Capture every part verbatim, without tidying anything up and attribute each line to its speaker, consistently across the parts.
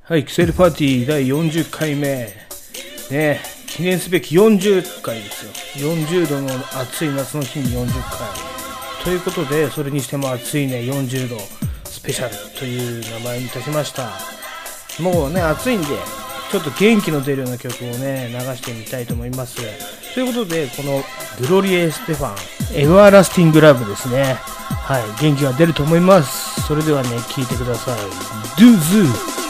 Speaker 1: はい、キセルパーティーだいよんじゅっかいめね、記念すべきよんじゅっかいですよ。よんじゅうどの暑い夏の日によんじゅっかいということで、それにしても暑いねよんじゅうどスペシャルという名前にいたしました。もうね暑いんでちょっと元気の出るような曲をね流してみたいと思います。ということで、このグロリエ・ステファンエバーラスティングラブですね。はい、元気が出ると思います。それではね、聴いてください。ドゥズー。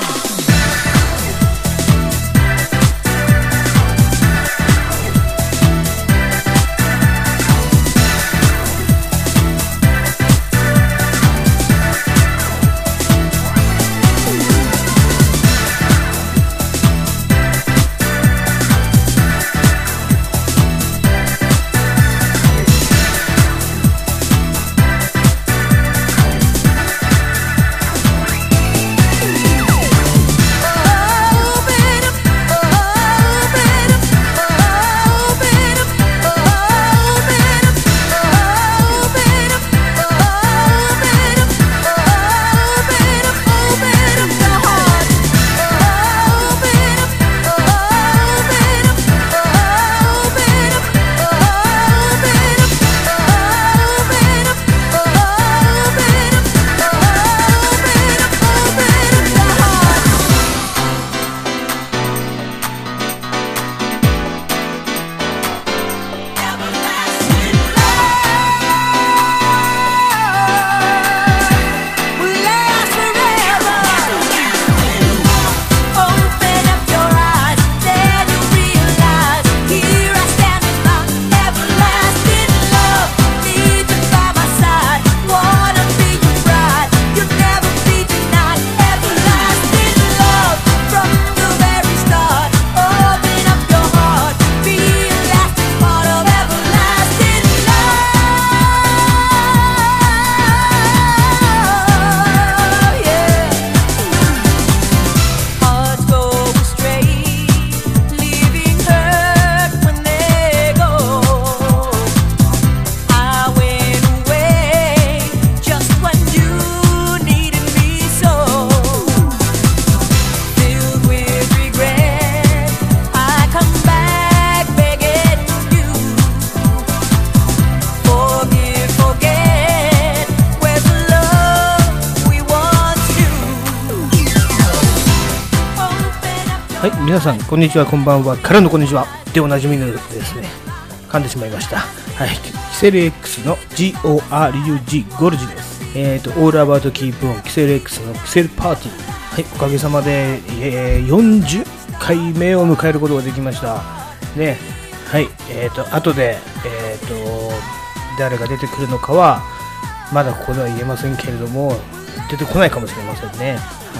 Speaker 1: はい、皆さんこんにちは、こんばんはからのこんにちはでおなじみのですね、噛んでしまいました。はい、キセル X の ジーオーアールユージー ゴルジです。えっとオールアバウトキープオンキセル X のキセルパーティー、はい、おかげさまで、えー、よんじゅっかいめを迎えることができましたね。はい、えっと後でえっと誰が出てくるのかはまだここでは言えませんけれども、出てこないかもしれませんね。はい、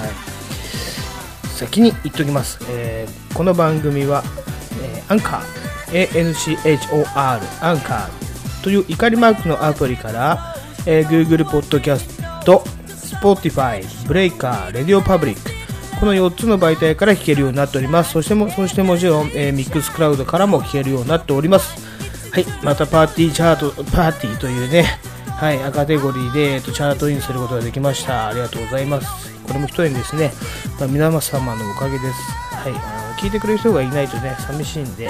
Speaker 1: 先に言っておきます。えー、この番組は、えー、アンカー エーエヌシーエイチオーアール アンカーという怒りマークのアプリから、えー、Google ポッドキャスト、Spotify、ブレイカー、レディオパブリック、このよっつの媒体から聞けるようになっております。そしてもそしてもちろん、えー、ミックスクラウドからも聞けるようになっております。はい、またパーティーチャートパーティーというね、はい、カテゴリーで、えー、とチャートインすることができました。ありがとうございます。これも一重にですね、まあ、皆様のおかげです。はい、あの聞いてくれる人がいないとね寂しいんで、はい、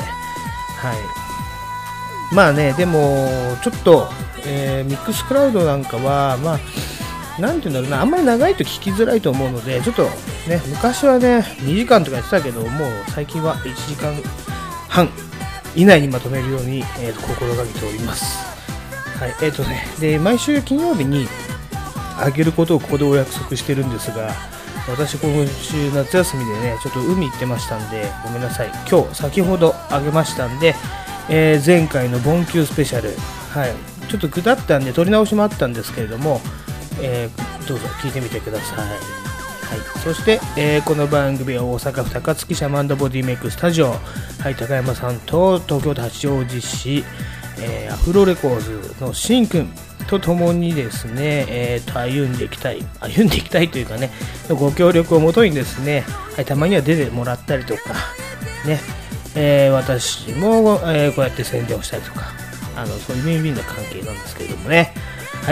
Speaker 1: まあね、でもちょっと、えー、ミックスクラウドなんかはまあなんていうんだろうな、あんまり長いと聞きづらいと思うので、ちょっとね、昔はねにじかんとかやってたけど、もう最近はいちじかんはん以内にまとめるように、えー、と心がけております。はい、えーとね、で毎週金曜日にあげることをここでお約束してるんですが、私今週夏休みでねちょっと海行ってましたんでごめんなさい。今日先ほどあげましたんで、えー、前回のボンキュースペシャル、はい、ちょっと下ったんで撮り直しもあったんですけれども、えー、どうぞ聞いてみてください。はい、そして、えー、この番組は大阪府高槻シャマンドボディメイクスタジオ、はい、高山さんと東京都八王子市、えー、アフロレコーズのしんくんとともにですね、えー、と歩んでいきたい歩んでいきたいというかね、ご協力をもとにですね、はい、たまには出てもらったりとかね、えー、私も、えー、こうやって宣伝をしたりとか、あのそういうウィンウィンな関係なんですけれどもね。はい、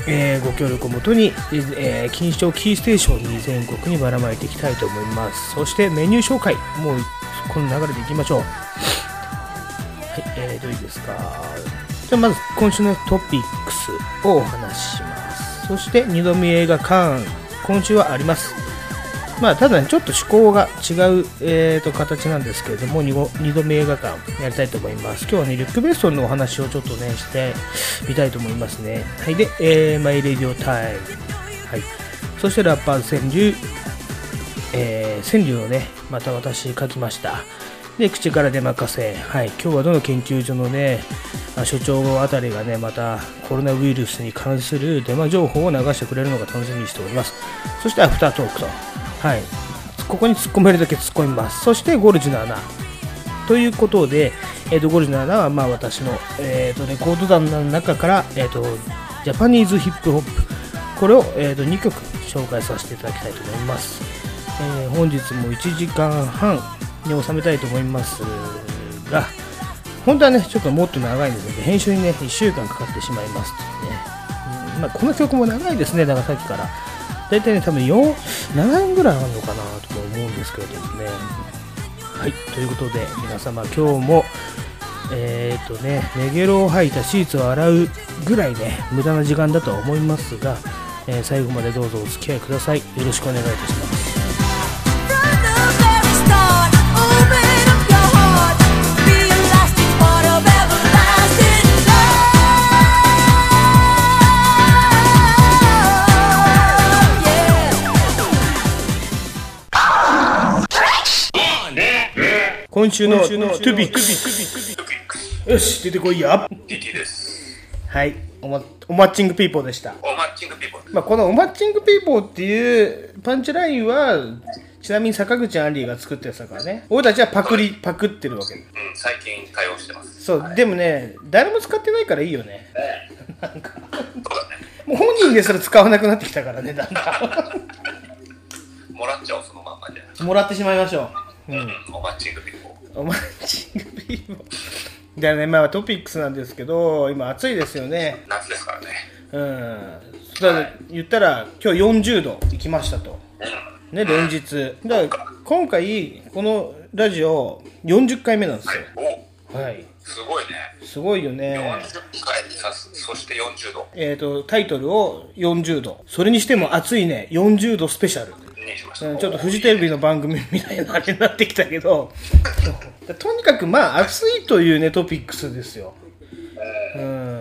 Speaker 1: えー、ご協力をもとに、えー、金賞キーステーションに全国にばらまいていきたいと思います。そしてメニュー紹介、もうこの流れでいきましょう。はい、えー、どういいですか。じゃあまず今週のトピックスをお話しします。そしてにどめ映画館、今週はあります。まあただね、ちょっと趣向が違う、えー、と形なんですけれども、 に, にどめ映画館やりたいと思います。今日はね、リュック・ベストンのお話をちょっとねしてみたいと思いますね。はい。で、えー、マイレディオタイム、はい。そしてラッパーズ川柳、えー、川柳をねまた私書きました。で、口から出任せ、はい。今日はどの研究所のね所長あたりがねまたコロナウイルスに関するデマ情報を流してくれるのが楽しみにしております。そしてアフタートークと、はい、ここに突っ込めるだけ突っ込みます。そしてゴルジュの穴ということで、えー、とゴルジュの穴はまあ私の、えー、とレコード団の中から、えー、とジャパニーズヒップホップ、これを、えー、とにきょく紹介させていただきたいと思います。えー、本日もいちじかんはんに収めたいと思いますが、本当はねちょっともっと長いので編集にねいっしゅうかんかかってしまいますというね、うんまあ、この曲も長いですね。長崎からだいたいね多分よん、ななねんぐらいあるのかなと思うんですけれどもね。はい、ということで皆様今日もえーとねネゲロを吐いたシーツを洗うぐらいね無駄な時間だとは思いますが、えー、最後までどうぞお付き合いください。よろしくお願いいたします。今週のトゥピックス、よし出てこいや。
Speaker 2: ティティ です。
Speaker 1: はい、おま、おマッチングピーポーでした。
Speaker 2: おマッチングピーポー、
Speaker 1: まあ、このおマッチングピーポーっていうパンチラインはちなみに坂口アンリーが作ったやつだからね。俺たちはパクリパクってるわけ。うん、
Speaker 2: 最近対応してます。
Speaker 1: そう、はい、でもね誰も使ってないからいいよね。
Speaker 2: ええ、
Speaker 1: なんか
Speaker 2: そうだね。
Speaker 1: もう本人ですら使わなくなってきたからね。だんだん
Speaker 2: もらっちゃおう、そのまんまで。
Speaker 1: もらってしまいましょう。
Speaker 2: うん、うん、おマッチングピーポー。
Speaker 1: おマッチングピーポーでね、まあトピックスなんですけど、今暑いですよね。
Speaker 2: 夏ですからね。
Speaker 1: うん。だから言ったら今日よんじゅうどいきましたと。うん、ね、連日。だから今回このラジオよんじゅっかいめなんですよ。
Speaker 2: はい。
Speaker 1: はい、
Speaker 2: すごいね。
Speaker 1: すごいよね。
Speaker 2: よんじゅっかいにさす、そしてよんじゅうど。
Speaker 1: えっとタイトルをよんじゅうど。それにしても暑いね。よんじゅうどスペシャル。
Speaker 2: にしました。
Speaker 1: うん、ちょっとフジテレビの番組みたいなあれになってきたけどとにかくまあ暑いというねトピックスですよ。うん、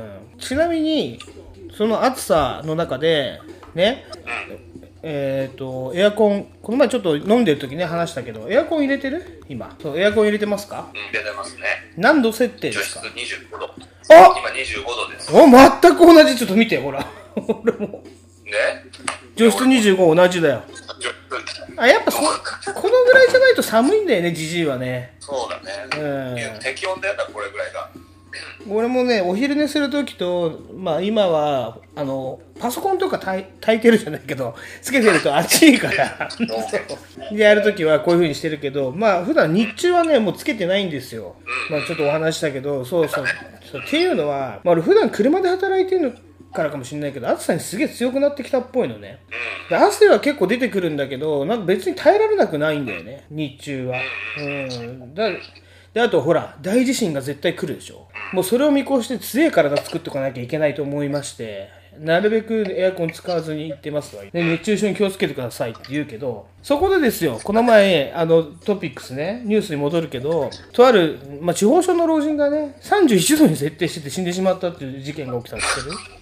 Speaker 1: ちなみにその暑さの中でね、えっとエアコン、この前ちょっと飲んでる時ね話したけど、エアコン入れてる？今そうエアコン入れてますか？
Speaker 2: うん、入れてますね。
Speaker 1: 何度設定ですか？
Speaker 2: 除湿にじゅうごど。
Speaker 1: あ、
Speaker 2: 今にじゅうごどです。
Speaker 1: お、全く同じ。ちょっと見てほら俺も
Speaker 2: ね、
Speaker 1: 除湿にじゅうご同じだよ。あ、やっぱそこのぐらいじゃないと寒いんだよね、ジジイはね。
Speaker 2: そうだね、うん、適温だよな、これぐらいが。
Speaker 1: 俺もね、お昼寝するときと、まあ今はあのパソコンとか炊い炊いてるじゃないけど、つけてると暑いからでやるときはこういう風にしてるけど、まあ普段日中はねもうつけてないんですよ。まあちょっとお話したけど、そうそう、そうっていうのは、まあ俺普段車で働いてるのからかもしれないけど、暑さにすげえ強くなってきたっぽいのね。で汗は結構出てくるんだけど、なんか別に耐えられなくないんだよね、日中は。うんだで、あとほら大地震が絶対来るでしょ。もうそれを見越して強い体作っておかなきゃいけないと思いまして、なるべくエアコン使わずに行ってますわ。で、熱中症に気をつけてくださいって言うけど、そこでですよ、この前あのトピックスね、ニュースに戻るけど、とある、まあ、地方省の老人がねさんじゅういちどに設定してて死んでしまったっていう事件が起きたんですけど、
Speaker 2: 笑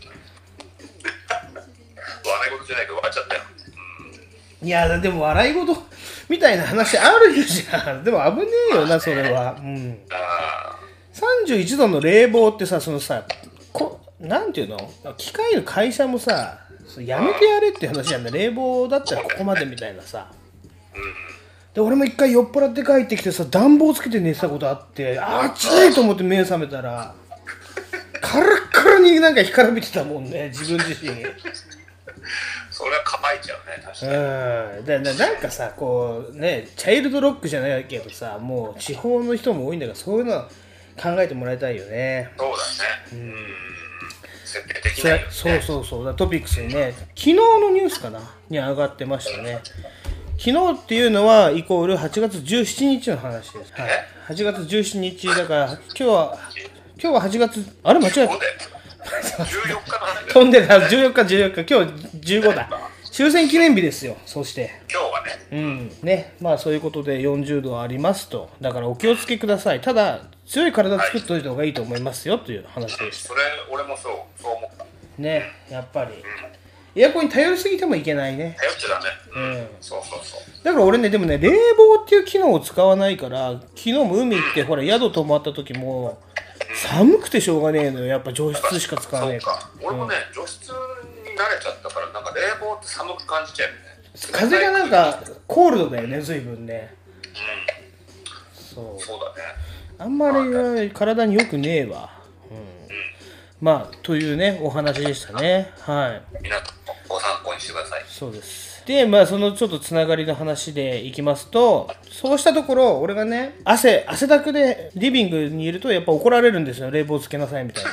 Speaker 2: い事じゃないけど笑っちゃったよ。
Speaker 1: いやでも笑い事みたいな話あるよじゃん。でも危ねえよなそれは。うん。さんじゅういちどの冷房ってさ、そのさ、こなんていうの、機械の会社もさ、やめてやれって話なんだ。冷房だったらここまでみたいなさ。で俺も一回酔っ払って帰ってきてさ、暖房つけて寝てたことあって、暑いと思って目覚めたらカラッカラになんか干からびてたもんね、自分自身。
Speaker 2: それは構えちゃうね、確かに。
Speaker 1: うん、だななんかさ、こうね、チャイルドロックじゃないけどさ、もう地方の人も多いんだから、そういうのは考えてもらいたいよね。
Speaker 2: そうだね。うん。 設定できないよね。
Speaker 1: そうそうそうだトピックスにね昨日のニュースかなに上がってましたね。昨日っていうのはイコールはちがつじゅうしちにちの話です。はい、はちがつじゅうしちにちだから今日は今日ははちがつあれ間違えた。
Speaker 2: じゅうよっかの話
Speaker 1: 飛んでたじゅうよっかじゅうよっか今日じゅうごだ。終戦記念日ですよ。そして
Speaker 2: 今日はね
Speaker 1: うんねまあそういうことでよんじゅうどありますと。だからお気をつけください。ただ強い体作っておいた方がいいと思いますよという話でした。
Speaker 2: それ俺もそうそう思った
Speaker 1: ねやっぱり、うん、エアコンに頼りすぎてもいけないね。
Speaker 2: 頼っちゃダメ。
Speaker 1: うん、
Speaker 2: そうそうそう。
Speaker 1: だから俺ねでもね冷房っていう機能を使わないから昨日も海行って、うん、ほら宿泊まった時も寒くてしょうがねえのよ。やっぱ除湿しか使わねえから。
Speaker 2: そうか俺もね、うん、除湿に慣れちゃったからなんか冷房って寒く感じちゃうよね。
Speaker 1: 風がなんかコールドだよね随分ね。
Speaker 2: うんそうそうだね。
Speaker 1: あんまり体によくねえわ。うんうん、まあというねお話でしたね。はい。
Speaker 2: 皆さんご参考にしてください。
Speaker 1: そうです。でまあそのちょっとつながりの話でいきますと、そうしたところ俺がね汗汗だくでリビングにいるとやっぱ怒られるんですよ。冷房つけなさいみたいな。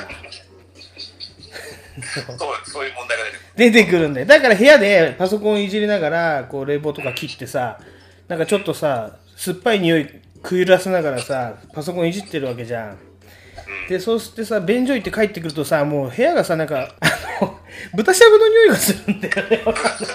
Speaker 2: そうそういう問題が出てくる。
Speaker 1: 出てくるんで、だから部屋でパソコンいじりながらこう冷房とか切ってさ、なんかちょっとさ酸っぱい匂い食いらせながらさパソコンいじってるわけじゃん。でそうしてさ便所行って帰ってくるとさもう部屋がさなんかあの豚しゃぶの匂いがするんだよね。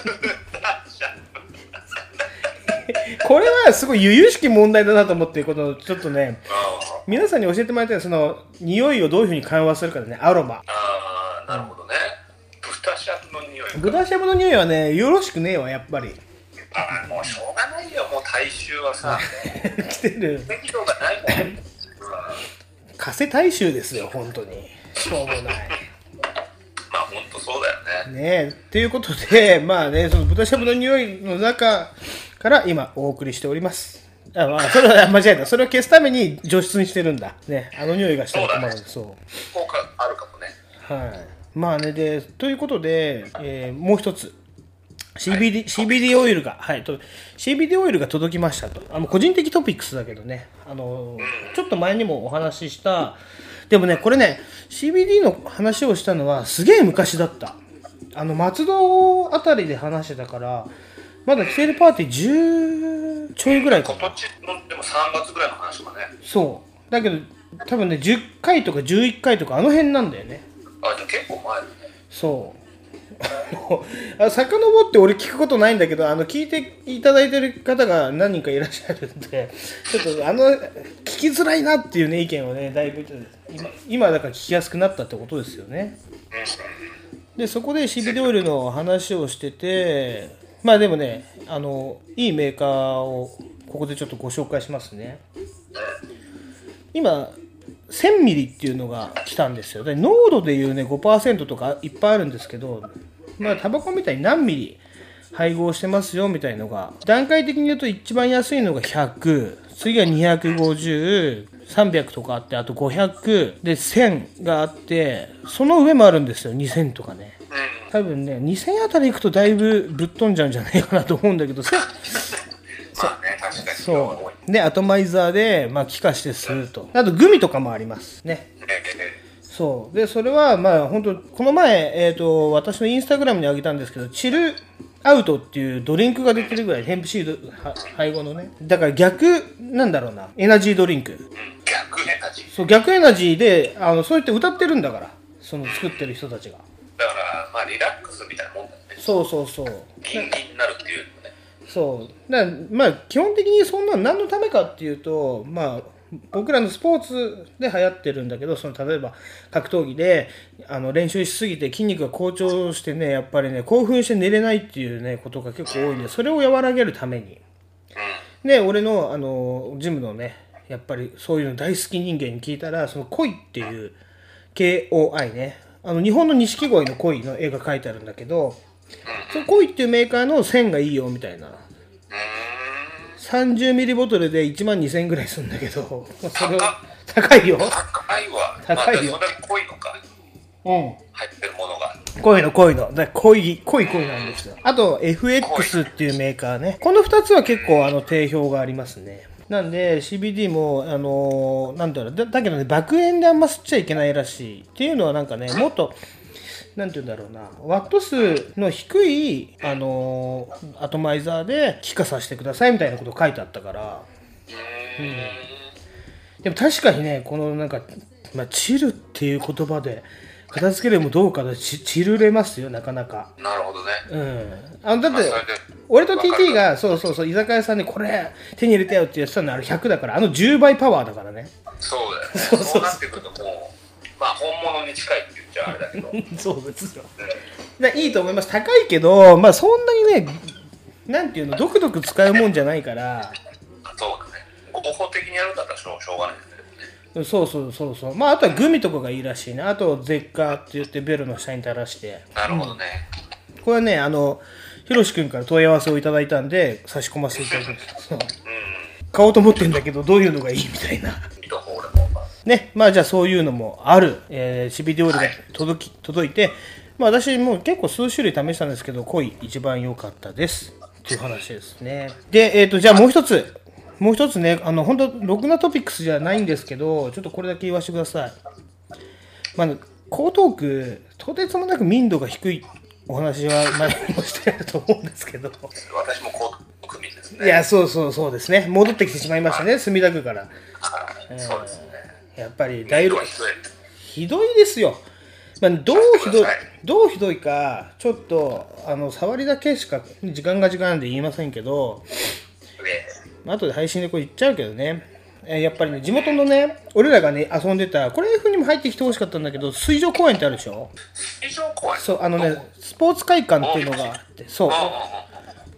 Speaker 1: これはすごい由々しき問題だなと思って、このちょっとね皆さんに教えてもらいたいその匂いをどういうふうに緩和するかね。アロマ。
Speaker 2: ああなるほどね。豚しゃぶの匂い。
Speaker 1: 豚しゃぶの匂いはねよろしくねえわやっぱり。
Speaker 2: あもうしょうがないよ。もう大衆はさ
Speaker 1: 来てる
Speaker 2: 適度がないもん。
Speaker 1: 加瀬大衆ですよ本当に。しょうもない。
Speaker 2: まあ本当そうだよね。
Speaker 1: ねえっていうことでまあねその豚しゃぶの匂いの中から今お送りしております。あまあそれは間違えた。それを消すために除湿にしてるんだね。あの匂いがしたら困るんで。そう
Speaker 2: 効果あるかもね。
Speaker 1: はい。まあねでということで、えー、もう一つ シービーディー、はい、シービーディー オイルがはいと シービーディー オイルが届きましたと。あの個人的トピックスだけどねあの、うん、ちょっと前にもお話ししたでもねこれね シービーディー の話をしたのはすげえ昔だった。あの松戸あたりで話してたからまだキセルパーティーじゅうちょいぐらいかな。
Speaker 2: 今年のでもさんがつぐらいの話とかね。
Speaker 1: そうだけど多分ねじゅっかいとかじゅういっかいとかあの辺なんだよね。
Speaker 2: あじゃあ結構前だね。
Speaker 1: そうあの遡って俺聞くことないんだけどあの聞いていただいてる方が何人かいらっしゃるんでちょっとあの聞きづらいなっていうね意見をねだいぶ今, 今だから聞きやすくなったってことですよね。でそこで シービーディー オイルの話をしててまあでもねあのいいメーカーをここでちょっとご紹介しますね。今せんミリっていうのが来たんですよ。で濃度でいうね ごパーセント とかいっぱいあるんですけどまあタバコみたいに何ミリ配合してますよみたいのが段階的に言うと一番安いのがひゃく、次がにひゃくごじゅう、さんびゃくとかあってあとごひゃくでせんがあってその上もあるんですよ。にせんとかね。多分ねにせんあたりいくとだいぶぶっ飛んじゃうんじゃないかなと思うんだけどせん
Speaker 2: まあね確かに
Speaker 1: そうでアトマイザーでまあ気化して吸うとあとグミとかもありますね。そうでそれはまあ本当この前、えー、と私のインスタグラムに上げたんですけどチルアウトっていうドリンクが出てるぐらいヘンプシード配合のねだから逆なんだろうなエナジードリンク、うん、
Speaker 2: 逆エナジー
Speaker 1: そう逆エナジーであのそうやって歌ってるんだからその作ってる人たちが
Speaker 2: だからまあリラックスみたいなもんだね。
Speaker 1: そうそうそう
Speaker 2: ギンギンになるっていうのね。
Speaker 1: そうだからまあ基本的にそんな何のためかっていうとまあ僕らのスポーツで流行ってるんだけどその例えば格闘技であの練習しすぎて筋肉が好調してねやっぱりね興奮して寝れないっていうねことが結構多いんでそれを和らげるためにで俺のあのジムのねやっぱりそういうの大好き人間に聞いたらその恋っていう ケーオーアイ ねあの日本の錦鯉の恋の絵が描いてあるんだけどその恋っていうメーカーの線がいいよみたいなさんじゅうミリボトルでいちまんにせんえんぐらいするんだけどそれを高いよ
Speaker 2: 高いわ
Speaker 1: 高いよ、
Speaker 2: まあ、それ濃いのか
Speaker 1: うん
Speaker 2: 入ってるものが
Speaker 1: 濃いの濃いのだ濃い濃い濃いなんですよ。あと エフエックス っていうメーカーねこのふたつは結構あの定評がありますね。なんで シービーディー もあのー、なんだろう だ, だけどね爆煙であんま吸っちゃいけないらしいっていうのはなんかねもっとなんていうんだろうな、ワット数の低い、あのー、アトマイザーで気化させてくださいみたいなこと書いてあったから、うん、でも確かにね、このなんか、まあ、チルっていう言葉で片付けるもどうかでチ、チルれますよ、なかなか。
Speaker 2: なるほどね。
Speaker 1: うん。あのだって、俺と ティーティー が、そうそうそう、居酒屋さんでこれ手に入れたよって言ってたのあれひゃくだから、あのじゅうばいパワーだからね。
Speaker 2: そうだよね。そうそうそう、そうなってくるともう、まあ本物に近いって言っちゃあれだけど。
Speaker 1: そうですよ。だいいと思います。高いけど、まあそんなにね、なんていうの、ドクドク使うもんじゃないから。
Speaker 2: そうだね。合法的にやるんだったらしょう、しょうがないですね。
Speaker 1: そうそうそうそう。まああとはグミとかがいいらしいね。あとゼッカーって言ってベルの下に垂らして。
Speaker 2: なるほどね。
Speaker 1: うん、これはね、あのひろし君から問い合わせをいただいたんで差し込ませていただきました。うん、買おうと思ってんだけどどういうのがいいみたいな。ね、まあじゃあそういうのもある、えー、シービーディー オイルが届き、はい、届いて、まあ私も結構数種類試したんですけど、濃い一番良かったですという話ですね。で、えっとじゃあもう一つ。もう一つね、あの本当ろくなトピックスじゃないんですけど、ちょっとこれだけ言わせてください。まあ、江東区、とてつもなく民度が低いお話は前にもしてると思うんですけど。
Speaker 2: 私も江東区民ですね。
Speaker 1: いや、そうそうそうですね。戻ってきてしまいましたね、墨田区から。
Speaker 2: えー、そうですね。
Speaker 1: やっぱり大路ひどいですよ。まあ、どうひどい、どうひどいか、ちょっとあの触りだけしか時間が時間なんで言いませんけど。後で配信でこれ言っちゃうけどね、えー、やっぱりね、地元のね、俺らがね、遊んでた、これ F にも入ってきてほしかったんだけど、水上公園ってあるでしょ。
Speaker 2: 水上公園、
Speaker 1: そう、あのね、スポーツ会館っていうのがあって、そう。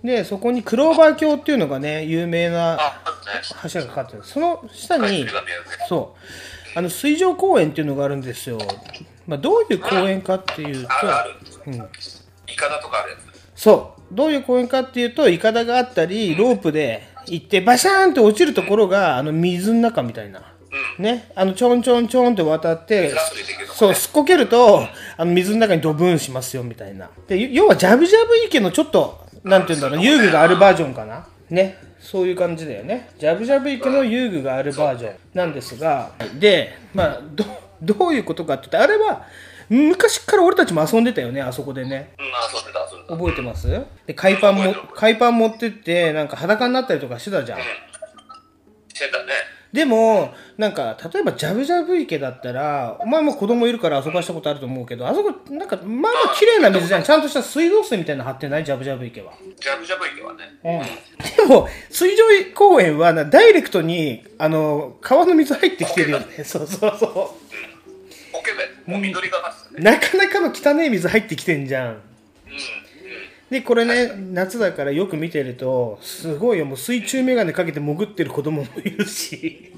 Speaker 1: で、そこにクローバー橋っていうのがね、有名な橋がかかってる。その下に、そう、あの水上公園っていうのがあるんですよ。まあ、どういう公園かっていうと、
Speaker 2: うん、イカダとかあるやつ。
Speaker 1: そう、どういう公園かっていうと、イカダがあったり、ロープで、行ってバシャーンって落ちるところが、うん、あの水の中みたいな、うん、ね、あのちょんちょんちょんって渡って、ね、そうすっこけると、うん、あの水の中にドブーンしますよみたいな。で要はジャブジャブ池のちょっとなんていうんだろう、遊具があるバージョンかなね、そういう感じだよね。ジャブジャブ池の遊具があるバージョンなんですが、でまあ ど, どういうことかって言って、あれは昔から俺たちも遊んでたよね、あそこでね。
Speaker 2: うん、遊んでた、遊んでた。
Speaker 1: 覚えてます？で、海パンも、海パン持ってって、なんか裸になったりとかしてたじゃん。うん、
Speaker 2: してたね。
Speaker 1: でも、なんか、例えばジャブジャブ池だったら、お前も子供いるから遊ばしたことあると思うけど、あそこ、なんか、まあまあ綺麗な水じゃん。ちゃんとした水道水みたいなの張ってない？ジャブジャブ池は。
Speaker 2: ジャブジャブ池はね。
Speaker 1: うん。でも、水上公園はな、ダイレクトに、あの、川の水入ってきてるよね。そうそうそう。うん
Speaker 2: もう緑がかってた
Speaker 1: ね。なかなかの汚い水入ってきてんじゃん。うんうん、でこれね、夏だからよく見てるとすごいよ、もう水中メガネかけて潜ってる子供もいるし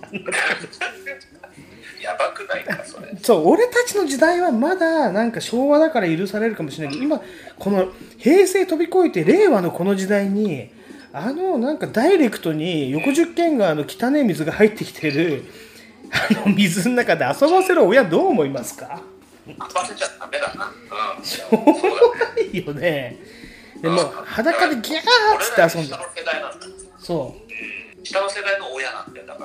Speaker 2: やばくないかそれ。
Speaker 1: そう、俺たちの時代はまだなんか昭和だから許されるかもしれないけど、今この平成飛び越えて令和のこの時代にあのなんかダイレクトに横十間川の汚い水が入ってきてるあの水の中で遊ばせる親どう思いますか？
Speaker 2: 遊ばせちゃダメだな。うん。
Speaker 1: しょうがないよね。でも裸でギャーッつって遊んでる。そう。
Speaker 2: 下の世代の親なんだよだから。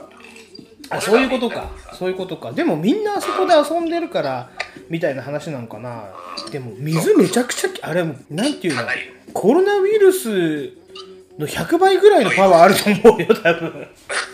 Speaker 1: あ、そういうことか。そういうことか。でもみんなあそこで遊んでるからみたいな話なのかな。でも水めちゃくちゃあれもなんていうの？コロナウイルスのひゃくばいぐらいのパワーあると思うよ多分。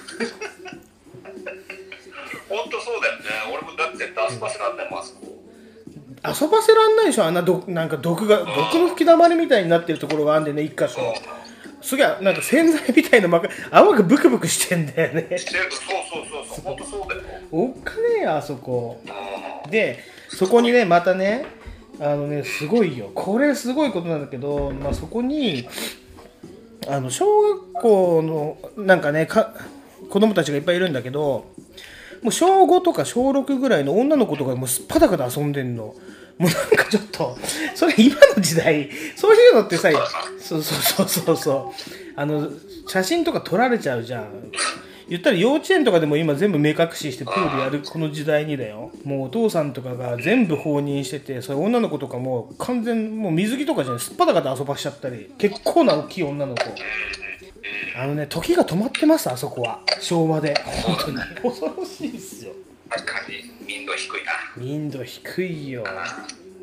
Speaker 2: 本当そうだよね。俺もだって遊ばせらんないもんあそこ。
Speaker 1: 遊ばせらんないでしょ、あんなどなんか毒が、うん、毒の吹き溜まりみたいになってるところがあんでね、一箇所。うん、すげえなんか洗剤みたいなまか泡がブクブクしてんだよね。
Speaker 2: してる、そうそうそうそう、本当そうだよ。
Speaker 1: おっかねえよあそこ。うん、でそこにねまたねあのねすごいよ、これすごいことなんだけど、まあそこにあの小学校のなんかねか子供たちがいっぱいいるんだけど。もう小ごとか小ろくぐらいの女の子とかもうすっぱだかで遊んでんの。もうなんかちょっとそれ今の時代そういうのってさ、そうそうそうそうそうあの写真とか撮られちゃうじゃん。言ったら幼稚園とかでも今全部目隠ししてプールやるこの時代にだよ。もうお父さんとかが全部放任してて、それ女の子とかも完全もう水着とかじゃないすっぱだかで遊ばしちゃったり、結構な大きい女の子。あのね、時が止まってますあそこは昭和で。本当に恐ろしいですよ。
Speaker 2: 確かに民度低いな。
Speaker 1: 民度低いよ。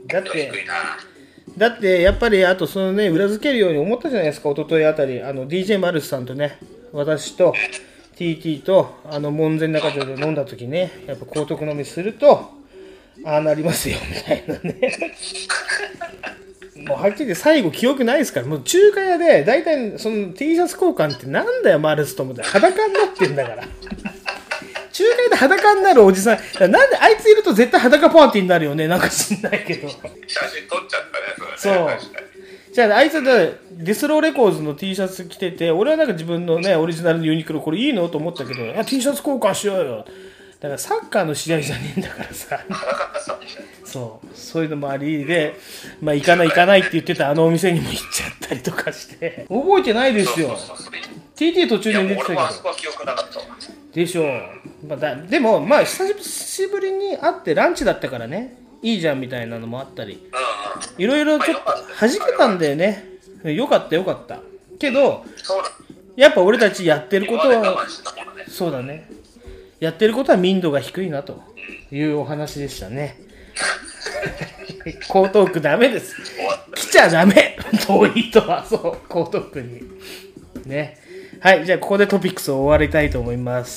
Speaker 1: だって
Speaker 2: 低いな。
Speaker 1: だってやっぱりあとそのね裏付けるように思ったじゃないですか。一昨日あたりあの ディージェー マルスさんとね、私と ティーティー とあの門前仲町で飲んだ時ね、やっぱ高徳飲みするとああなりますよみたいなねもうはっきり言って最後記憶ないですから。もう中華屋で大体その T シャツ交換ってなんだよマルスと思って裸になってんだから中華屋で裸になるおじさんなんであいついると絶対裸パーティーになるよね。なんか知んないけど
Speaker 2: 写真撮っちゃったね。
Speaker 1: それね。そうじゃああいつだディスローレコーズの T シャツ着てて、俺はなんか自分のねオリジナルのユニクロこれいいのと思ったけど、あ T シャツ交換しようよ。だからサッカーの試合じゃねえんだからさそうそういうのもありで、まあ行かない行かないって言ってたあのお店にも行っちゃったりとかして覚えてないですよ。 ティーティー 途中に出てたけど。
Speaker 2: いや俺もあそこは記憶なかったわ
Speaker 1: でしょう、まあ、だでもまあ久しぶりに会ってランチだったからねいいじゃんみたいなのもあったり、いろいろちょっと弾けたんだよね。よかったよかったけど、やっぱ俺たちやってることはそうだね、やってることは民度が低いなというお話でしたね江東区ダメです、来ちゃダメ遠いとは。そう江東区にね。はい、じゃあここでトピックスを終わりたいと思います。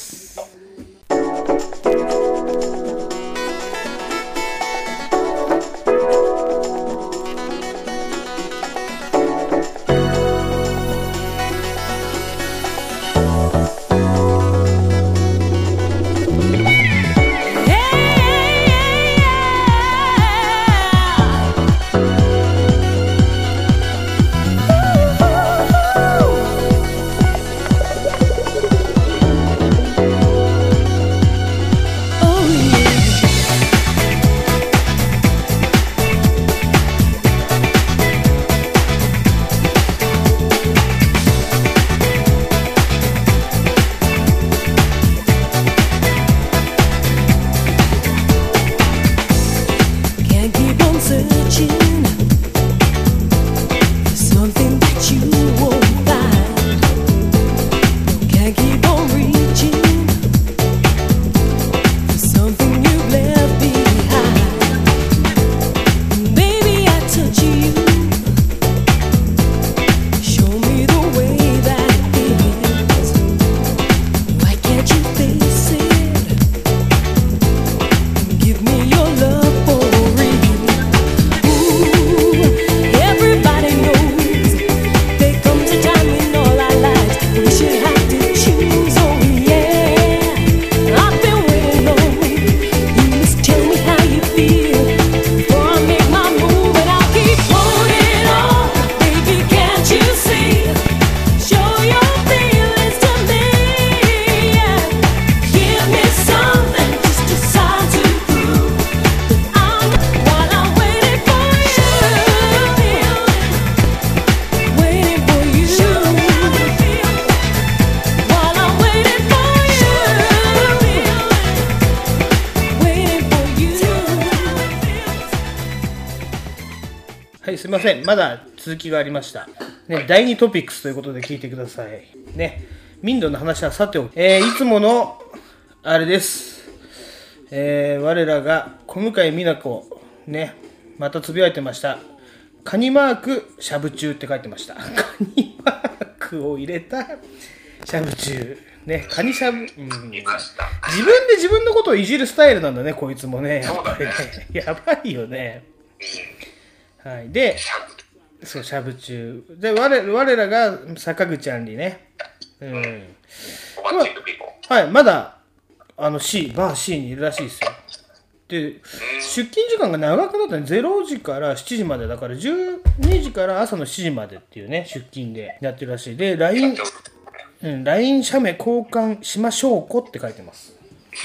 Speaker 1: はい、すみません。まだ続きがありました。ね、だいにトピックスということで聞いてください。ね、民度の話はさておき、えー、いつもの、あれです。えー、我らが小向井美奈子、ね、またつぶやいてました。カニマーク、しゃぶ中って書いてました。カニマークを入れた、しゃぶ中。ね、カニしゃぶ、うん、自分で自分のことをいじるスタイルなんだね、こいつもね。やっぱりね。やばいよね。はい。で、そう、しゃぶ中。で、我, 我らが坂口あんりね。うん。はい、まだ、あの C、バー C にいるらしいですよ。で、出勤時間が長くなったね。れいじからしちじまでだから、じゅうにじから朝のしちじまでっていうね、出勤でやってるらしい。で、ライン、うん、ライン 写メ交換しましょうこって書いてます。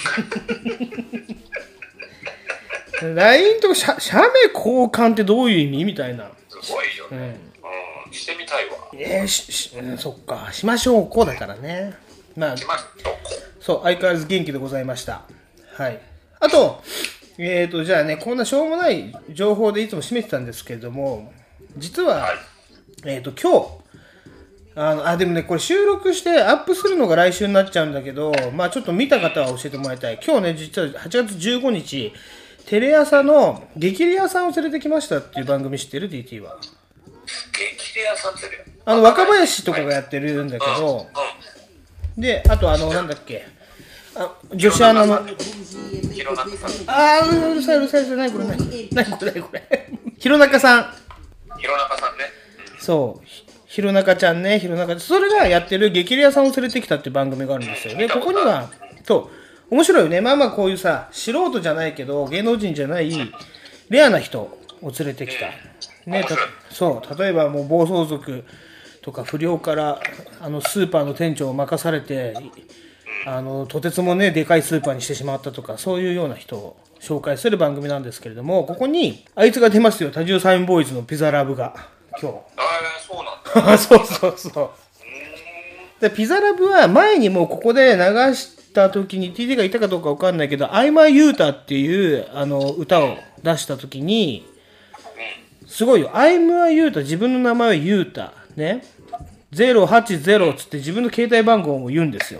Speaker 1: ライン と写メ交換ってどういう意味みたいな。
Speaker 2: すごいよね。うん、してみたいわ。
Speaker 1: えー、しし、うん、そっか、しましょうこだからね。まあ、そう、相変わらず元気でございました。はい。あと、えーと、じゃあね、こんなしょうもない情報でいつも締めてたんですけれども、実は、はい、えーと、今日、あの、あ、でもね、これ収録してアップするのが来週になっちゃうんだけど、まあちょっと見た方は教えてもらいたい。今日ね、実ははちがつじゅうごにち、 テレ朝の激レアさんを連れてきましたっていう番組知ってる ティーティー は。
Speaker 2: 激レアさんってる
Speaker 1: あの若林とかがやってるんだけど、
Speaker 2: うんうん、
Speaker 1: であとあのなんだっけ、あ女子アナの
Speaker 2: 弘中さん、
Speaker 1: あーうるさいうるさいうるさい、何これ何何これ何これ弘中さん、
Speaker 2: 弘中さんね、
Speaker 1: そう弘中ちゃんね、弘中、それがやってる激レアさんを連れてきたっていう番組があるんですよ。でここにはそう面白いよね。まあまあこういうさ素人じゃないけど芸能人じゃないレアな人を連れてきた、ね、たそう例えばもう暴走族とか不良からあのスーパーの店長を任されて、あのとてつもねでかいスーパーにしてしまったとか、そういうような人を紹介する番組なんですけれども、ここにあいつが出ますよ、多重サインボーイズのピザラブが今日。
Speaker 2: ああそうなんだ
Speaker 1: そうそうそうでピザラブは前にもうここで流した時に ティーティー がいたかどうか分かんないけど、アイマーユータっていうあの歌を出した時にすごいよ。アイマーユータ、自分の名前はユータね、ゼロはちゼロつって自分の携帯番号も言うんですよ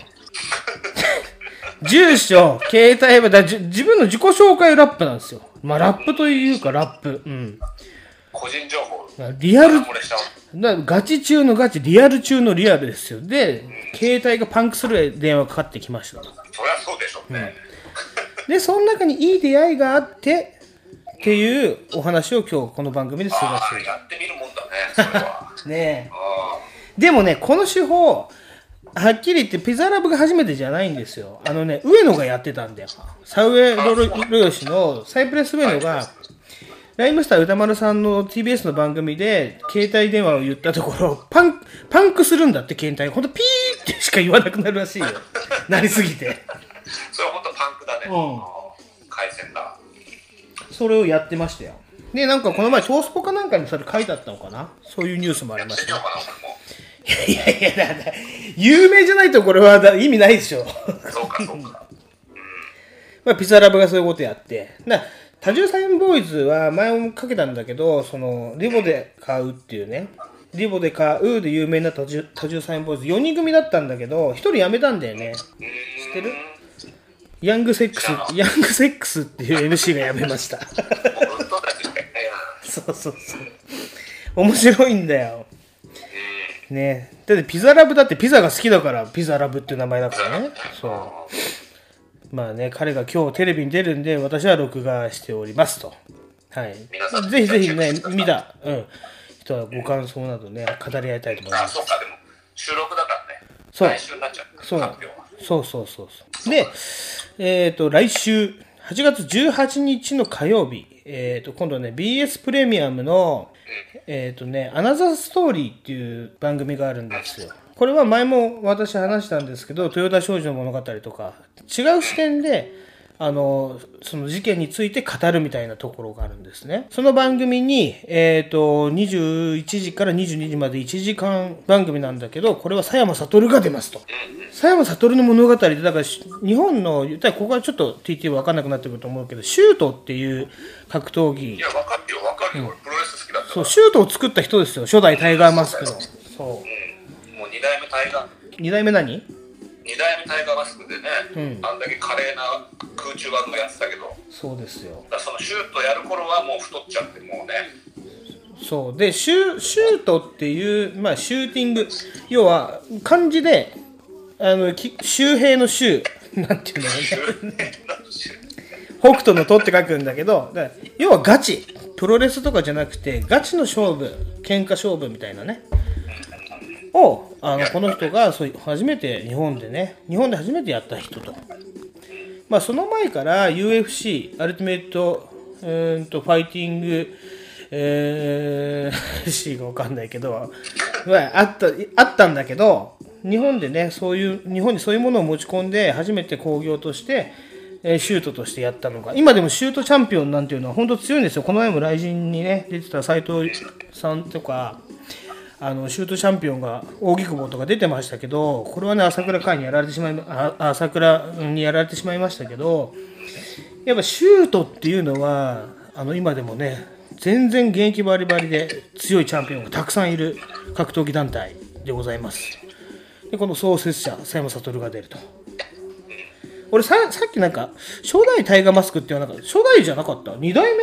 Speaker 1: 住所、携帯番号、自分の自己紹介ラップなんですよ。まあラップというかラップ、うん、
Speaker 2: 個人情報
Speaker 1: リアルだ、ガチ中のガチ、リアル中のリアルですよ。で、うん、携帯がパンクする電話がかかってきました。
Speaker 2: そりゃそうでしょうね、
Speaker 1: うん、でその中にいい出会いがあってっていうお話を今日この番組でするらしい。
Speaker 2: やってみるもんだねそれは
Speaker 1: ねえでもね、この手法はっきり言ってピザラブが初めてじゃないんですよ。あのね、上野がやってたんだよ。サウエロロヨシのサイプレス上野がライムスター歌丸さんの ティービーエス の番組で携帯電話を言ったところ、パンパンクするんだって携帯。ほんとピーってしか言わなくなるらしいよなりすぎて
Speaker 2: それはほんとパンクだね、うん、回線だ。
Speaker 1: それをやってましたよ。でなんかこの前トースポかなんかにそれ書いてあったのかな、そういうニュースもありましたね。いやいやいや、だ有名じゃないとこれは意味ないでしょ
Speaker 2: そうかそうか、うん、
Speaker 1: まあピザラブがそういうことやってな。多重サインボーイズは前もかけたんだけど、そのリボで買うっていうね、リボで買うで有名な多重、多重サインボーイズよにん組だったんだけどひとり辞めたんだよね。知ってる？ヤングセックスヤングセックスっていう エムシー が辞めましたそうそうそう面白いんだよね。だってピザラブだってピザが好きだからピザラブっていう名前だからね。そうまあね、彼が今日テレビに出るんで私は録画しておりますと。はい。ぜひぜひね、見た、うん、人はご感想などね、語り合いたいと思います。
Speaker 2: あ、そうか、でも収録だからね。
Speaker 1: そう。
Speaker 2: 来週になっちゃう。
Speaker 1: そう。そうそうそうそう。で、えっと、来週、はちがつじゅうはちにちの火曜日、えっと、今度ね、ビーエス プレミアムの、えっとね、アナザーストーリーっていう番組があるんですよ。これは前も私話したんですけど、豊田商事の物語とか違う視点であのその事件について語るみたいなところがあるんですね。その番組に、えー、とにじゅういちじからにじゅうにじまでいちじかん番組なんだけど、これは佐山悟が出ますと。佐山悟の物語で、だから日本の言ったらここはちょっと ティーティー 分かんなくなってくると思うけど、シュートっていう格闘技、
Speaker 2: いや分かるよ分かるよ、うん、プロレス好きだったから。そう
Speaker 1: シュートを作った人ですよ、初代タイガーマスクの。そう、
Speaker 2: うん、もうにだいめタイガー
Speaker 1: にだいめ何
Speaker 2: にだいめタイガーマスクでね、うん、あんだけ華麗な空中技をやってたけど、
Speaker 1: そうですよ。
Speaker 2: だからそのシュートやる頃はもう太っちゃってもうね。
Speaker 1: そうでシュ、シュートっていう、まあ、シューティング、要は漢字であの周平の周なんていうんだろうね北斗の斗って書くんだけど、だから要はガチ、プロレスとかじゃなくてガチの勝負、喧嘩勝負みたいなねを、あのこの人がそう初めて日本でね日本で初めてやった人と。まあその前から ユーエフシー アルティメットうーんとファイティングえー、C が分かんないけど、まあ、あったあったんだけど、日本でねそういう日本にそういうものを持ち込んで初めて興行として、えー、シュートとしてやったのが、今でもシュートチャンピオンなんていうのは本当強いんですよ。この前も雷神にね出てた斉藤さんとか、あのシュートチャンピオンが扇久保とか出てましたけど、これはね朝倉海にやられてしまいあ朝倉にやられてしまいましたけど、やっぱシュートっていうのはあの今でもね全然現役バリバリで強いチャンピオンがたくさんいる格闘技団体でございます。でこの創設者佐山悟が出ると。 俺ささっきなんか初代タイガーマスクって言わなかった。初代じゃなかった？に代目？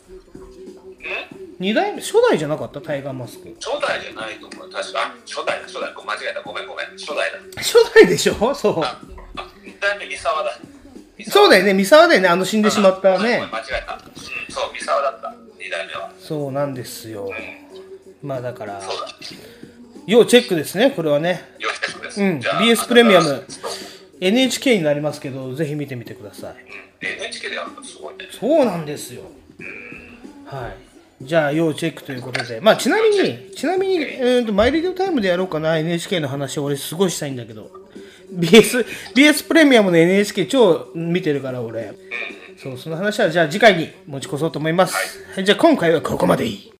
Speaker 1: に代目？初代じゃなかったタイガーマスク。
Speaker 2: 初代じゃないと思う。確か初代だ初代。間違えた。ごめんごめん。初代だ。
Speaker 1: 初代でしょ？そう。
Speaker 2: あ、に代目三沢だ。
Speaker 1: そうだよね。三沢だよね。あの死んでしまったね。
Speaker 2: 間違えた。うん、そう三沢だった。に代目は。
Speaker 1: そうなんですよ。うん、まあだから。
Speaker 2: そうだ。
Speaker 1: 要チェックですね。これはね。
Speaker 2: 要チェックです。
Speaker 1: うん。ビーエス プレミアム。エヌエイチケー になりますけど、ぜひ見てみてください。うん、
Speaker 2: エヌエイチケー でやるのすごいね。
Speaker 1: そうなんですよ。はい。じゃあ要チェックということで、まあちなみにちなみにえーとマイレディオタイムでやろうかな エヌエイチケー の話を俺すごいしたいんだけど、ビーエス ビーエス プレミアムの エヌエイチケー 超見てるから俺。そうその話はじゃあ次回に持ち越そうと思います。はい、じゃあ今回はここまでいい。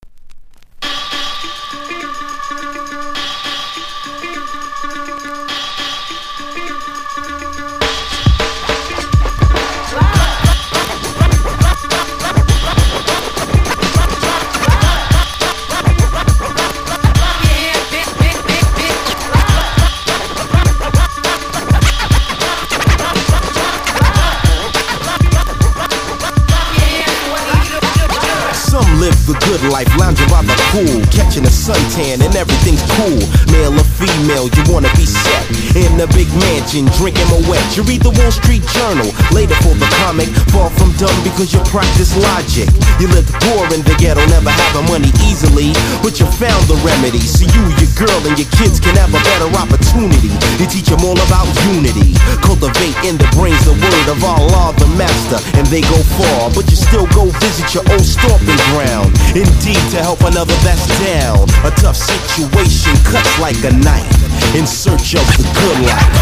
Speaker 3: The good life, lounging by the pool, catching a suntan and everything's cool. Male or female, you wanna be set in a big mansion, drinking Moet. You read the Wall Street Journal, later for the comic. Far from dumb because you practice logic. You lived poor in the ghetto, never having money easily, but you found the remedy. So you, your girl, and your kids can have a better opportunity. You teach them all about unity, cultivate in the brains the word of Allah, the master, and they go far. But you still go visit your old stomping ground. Indeed, to help another that's down. A tough situation cuts like a knife in search of the good life.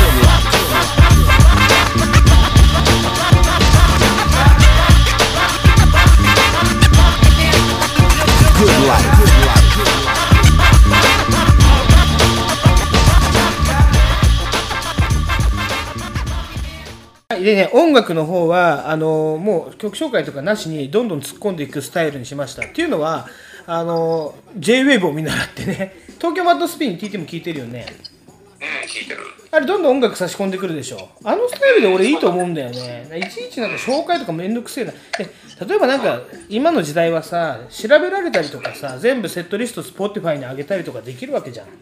Speaker 3: Good life.
Speaker 1: Good life. でね、音楽の方はあのもう曲紹介とかなしにどんどん突っ込んでいくスタイルにしました。っていうのはあの J ウェーブを見習ってね、東京マッドスピン ティーティー も聞いてるよね。
Speaker 2: うん、聞いてる。
Speaker 1: あれどんどん音楽差し込んでくるでしょ。あのスタイルで俺いいと思うんだよね。いちいちなんか紹介とかめんどくせえな。で例えばなんか今の時代はさ、調べられたりとかさ、全部セットリスト Spotify に上げたりとかできるわけじゃん。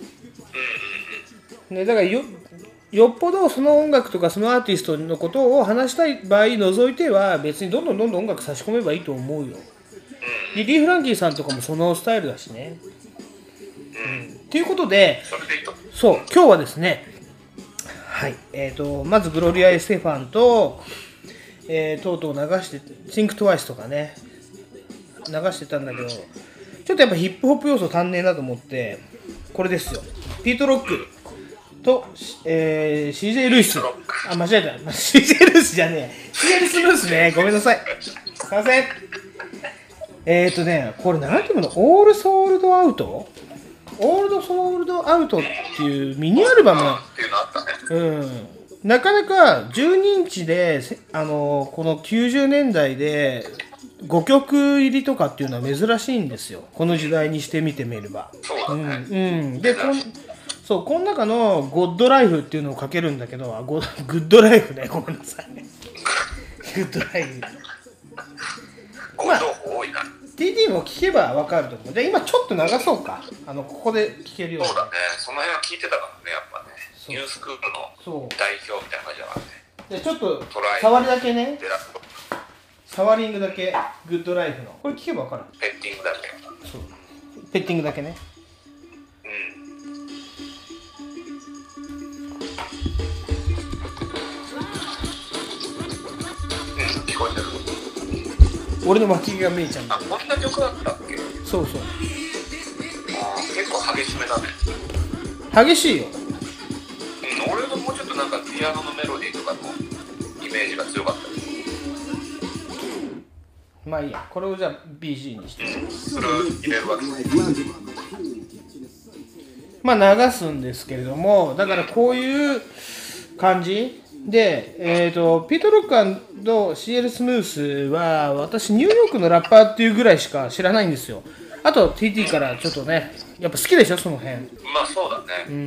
Speaker 1: ね、だからよよっぽどその音楽とかそのアーティストのことを話したい場合除いては別にどんどんどんどん音楽差し込めばいいと思うよ。リリー・フランキーさんとかもそのスタイルだしね。うん、ということで、そう今日はですね、はいえー、とまずグロリア・エステファンと、えー、とうとう流してThink Twiceとかね流してたんだけど、ちょっとやっぱヒップホップ要素足んねえなと思ってこれですよ。ピート・ロックと、えー、シージェー ルイス。あ、間違えた。シージェー ルイスじゃねえ。シージェー ルイスルースね。ごめんなさい。すいません。えーとね、これなんていうの？オールソールドアウト？オールドソールドアウトっていうミニアルバムな、うん。なかなかじゅうにインチで、あの、このきゅうじゅうねんだいでごきょく入りとかっていうのは珍しいんですよ。この時代にしてみてみれば。うん。うん。で、こんそう、この中のゴッドライフっていうのをかけるんだけど、ゴグッドライフね、ごめんなさい。グッドライフ。まあ、ティーティー も聞けば分かると思う。じゃあ今ちょっと流そうか。あの、ここで聞けるように。
Speaker 2: そうだね、その辺は聞いてたからね、やっぱね。ニュースクールの代表みたいな感じだからね。
Speaker 1: じゃあちょっと、触りだけね。触リングだけ、グッドライフの。これ聞けば分かる。
Speaker 2: ペッティングだけ。
Speaker 1: そう。ペッティングだけね。
Speaker 2: 聞こえてる。
Speaker 1: 俺の脇が見えちゃうんだ。
Speaker 2: あ、こんな曲だったっけ？
Speaker 1: そうそう。
Speaker 2: あ、結構激しめだね。
Speaker 1: 激しいよ。
Speaker 2: うん、俺のもうちょっとなんかピアノのメロディーとかのイメージが強かったです。
Speaker 1: まあいいや、これをじゃあ ビージー にして、
Speaker 2: うん、それを入れるわけです。
Speaker 1: まあ流すんですけれども、だからこういう感じで、えーと、ピート・ロック&シーエル スムースは私ニューヨークのラッパーっていうぐらいしか知らないんですよ。あと ティーティー からちょっとね、やっぱ好きでしょその辺。
Speaker 2: まあそうだね。
Speaker 1: うん。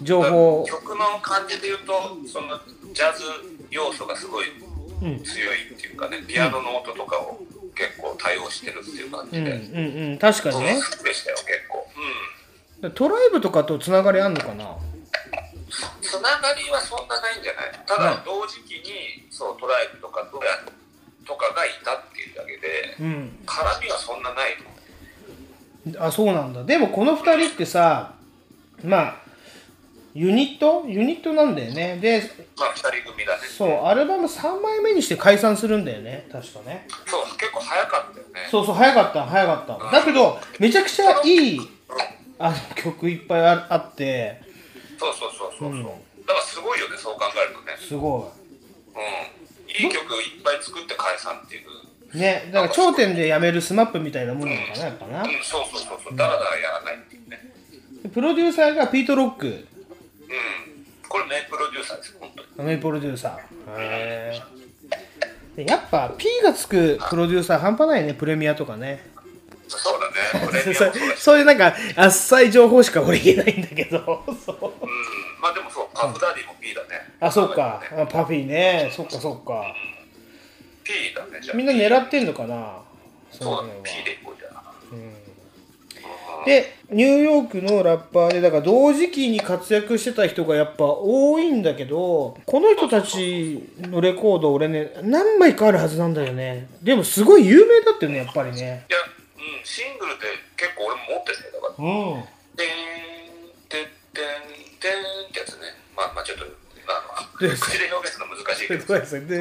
Speaker 1: 情報
Speaker 2: 曲の感じで言うとそのジャズ要素がすごい強いっていうかね、うん、ピアノの音とかを結構対応してるっていう感じで、うん
Speaker 1: うんうん、確かにね、
Speaker 2: 好きでしたよ結構、
Speaker 1: うん、トライブとかとつながりあんのかな。
Speaker 2: つながりはそんなないんじゃない。ただ同時期にそうトライブとかとやとかがいたっていうだけで、うん、絡みはそんなない
Speaker 1: の。あ、そうなんだ。でもこのふたりってさ、まあユニットユニットなんだよね。で、
Speaker 2: まあふたり組だね。
Speaker 1: そう、アルバムさんまいめにして解散するんだよね、確かね。
Speaker 2: そう、結構早かったよね。
Speaker 1: そうそう、早かった早かった、うん、だけどめちゃくちゃいい、うん、あの曲いっぱい あ, あって
Speaker 2: そうそうそうそう、うん、だからすごいよね、そう考えるとね。
Speaker 1: すご
Speaker 2: い、うん、いい曲いっぱい作って解散っていう
Speaker 1: ね。だから頂点でやめるスマップみたいなものなのかな、やっぱな、
Speaker 2: うん、そうそうそうそう、だらだらやらないっていうね。
Speaker 1: プロデューサーがピート・ロック、うん、
Speaker 2: これメイプロデューサーです、本当に。
Speaker 1: メイプロデューサー。へー。やっぱ P がつくプロデューサー半端ないね、プレミアとかね。
Speaker 2: そうだね、プレミア
Speaker 1: そ, そういうなんかあっさい情報しか俺言えないんだけど。そう、うん、
Speaker 2: まあでもそう、パフダディも P だね。
Speaker 1: あ、そっか、ね、パフィーね、そっかそっか、うん、
Speaker 2: P だね。じゃあ
Speaker 1: みんな狙ってんのかな。
Speaker 2: そうだね、P でいこうじゃん。うん
Speaker 1: でニューヨークのラッパーでだから同時期に活躍してた人がやっぱ多いんだけど、この人たちのレコード俺ね何枚かあるはずなんだよね。でもすごい有名だったよね、やっぱりね。
Speaker 2: いや、うん、シングルって結構俺も持ってるね。だからうん、でんてってんてんってやつね。まあまあちょっとあの口で表現するの難しいけど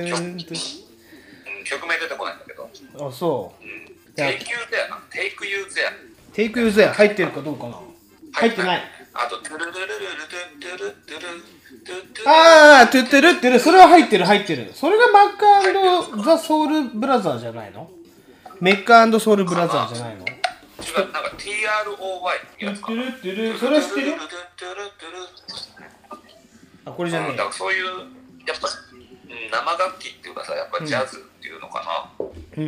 Speaker 2: 曲名出てこないんだけど。
Speaker 1: あ、そう、うん、
Speaker 2: テイクユーゼアな、テイクユーゼア
Speaker 1: テイクユーゼア入ってるかどうかな。入ってない。
Speaker 2: あとトゥルルルルルトゥルトゥルトゥル、
Speaker 1: ああトゥトゥルってる、それは入ってる入ってる。それがマック&ザ・ソウルブラザーじゃないの。メッカ&ソウルブラザーじゃないの。
Speaker 2: 違う、なんか ティーアールオーワイ ってやつか。トゥルトゥル、
Speaker 1: それは知ってる。あ、これじゃねえ。
Speaker 2: だからそういうやっぱ生楽器っていうかさ、やっぱジャズっていうのかな、うんうん、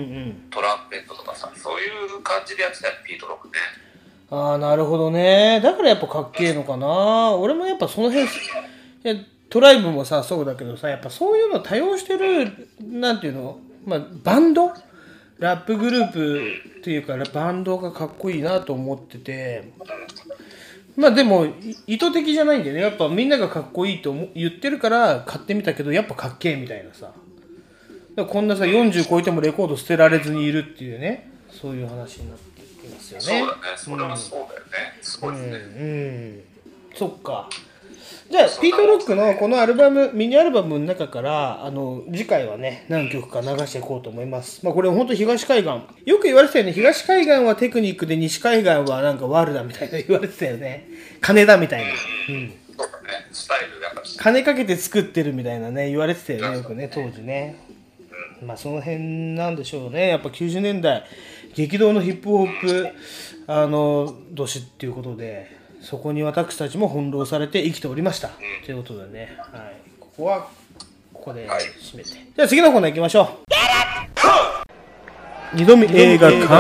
Speaker 2: トランペットとかさ、そういう感じでやってたよ、ピートロックね。
Speaker 1: ああ、なるほどね。だからやっぱかっけえのかな。俺もやっぱその辺、いやトライブもさそうだけどさ、やっぱそういうの多用してる、なんていうの、まあバンドラップグループっていうかバンドがかっこいいなと思ってて、まあでも意図的じゃないんだよね。やっぱみんながかっこいいと言ってるから買ってみたけど、やっぱかっけえみたいなさ。だこんなさよんじゅう超えてもレコード捨てられずにいるっていうね、そういう話になってきますよね。
Speaker 2: そうだね、それはそうだよね、うん、すごいですね、うんうん、
Speaker 1: そっか。じゃあピートロックのこのアルバム、ミニアルバムの中からあの次回はね何曲か流していこうと思います。まあこれ本当東海岸よく言われてたよね。東海岸はテクニックで西海岸はなんかワールだみたいな言われてたよね。金だみたいな、うんうん、
Speaker 2: そうだね、スタイルだから
Speaker 1: 金かけて作ってるみたいなね言われてたよね、よくね当時ね。まあその辺なんでしょうね。やっぱきゅうじゅうねんだい激動のヒップホップあの年っていうことで、そこに私たちも翻弄されて生きておりました、うん、ということでね、はい、ここはここで締めて、はい、じゃあ次のコーナー行きましょう。二度見映画館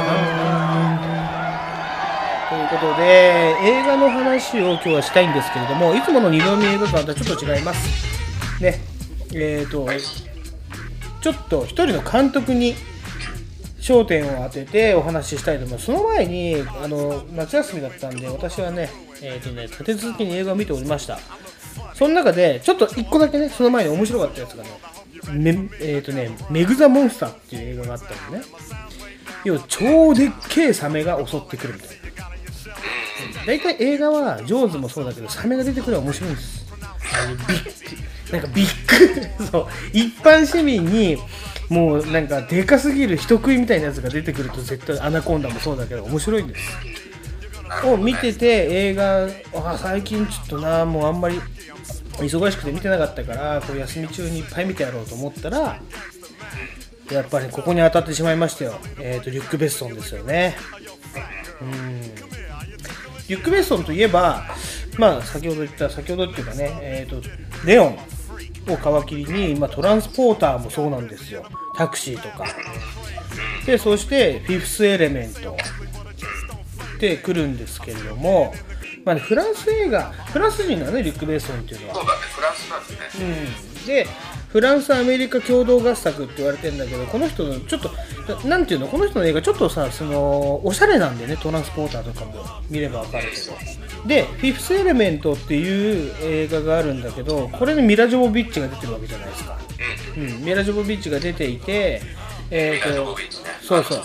Speaker 1: ということで、映画の話を今日はしたいんですけれども、いつもの二度見映画館とはちょっと違いますね。えーと、はい、ちょっと一人の監督に焦点を当ててお話ししたいと思います。その前にあの夏休みだったんで、私はね、えーとね立て続けに映画を見ておりました。その中でちょっと一個だけね、その前に面白かったやつがね、めえーとねメグ・ザ・モンスターっていう映画があったのね。要は超でっけえサメが襲ってくるみたいな。だいたい映画はジョーズもそうだけど、サメが出てくるのは面白いんです。あのビッなんかビッグそう一般市民にもうなんかでかすぎる人食いみたいなやつが出てくると、絶対アナコンダもそうだけど面白いんですを見てて、映画あ最近ちょっとなもうあんまり忙しくて見てなかったから、こう休み中にいっぱい見てやろうと思ったら、やっぱりここに当たってしまいましたよ。えーとリュック・ベッソンですよね。うんリュック・ベッソンといえば、まあ先ほど言った先ほどっていうかね、えーとレオンを皮切りに、まあ、トランスポーターもそうなんですよ。タクシーとかで、そしてフィフスエレメントで来るんですけれども、 まあ、フランス映画、フランス人だね、リュック・ベッソンっていうのは。
Speaker 2: そうだね、フランスなんですね。
Speaker 1: うん、で、フランス、アメリカ共同合作って言われてるんだけど、この人のちょっと、なんていうの、この人の映画、ちょっとさ、そのおしゃれなんでね、トランスポーターとかも見ればわかるけど。で、フィフス・エレメントっていう映画があるんだけど、これにミラ・ジョボビッチが出てるわけじゃないですか。うん、うん、ミラ・ジョボビッチが出ていて、えーと、そうそう。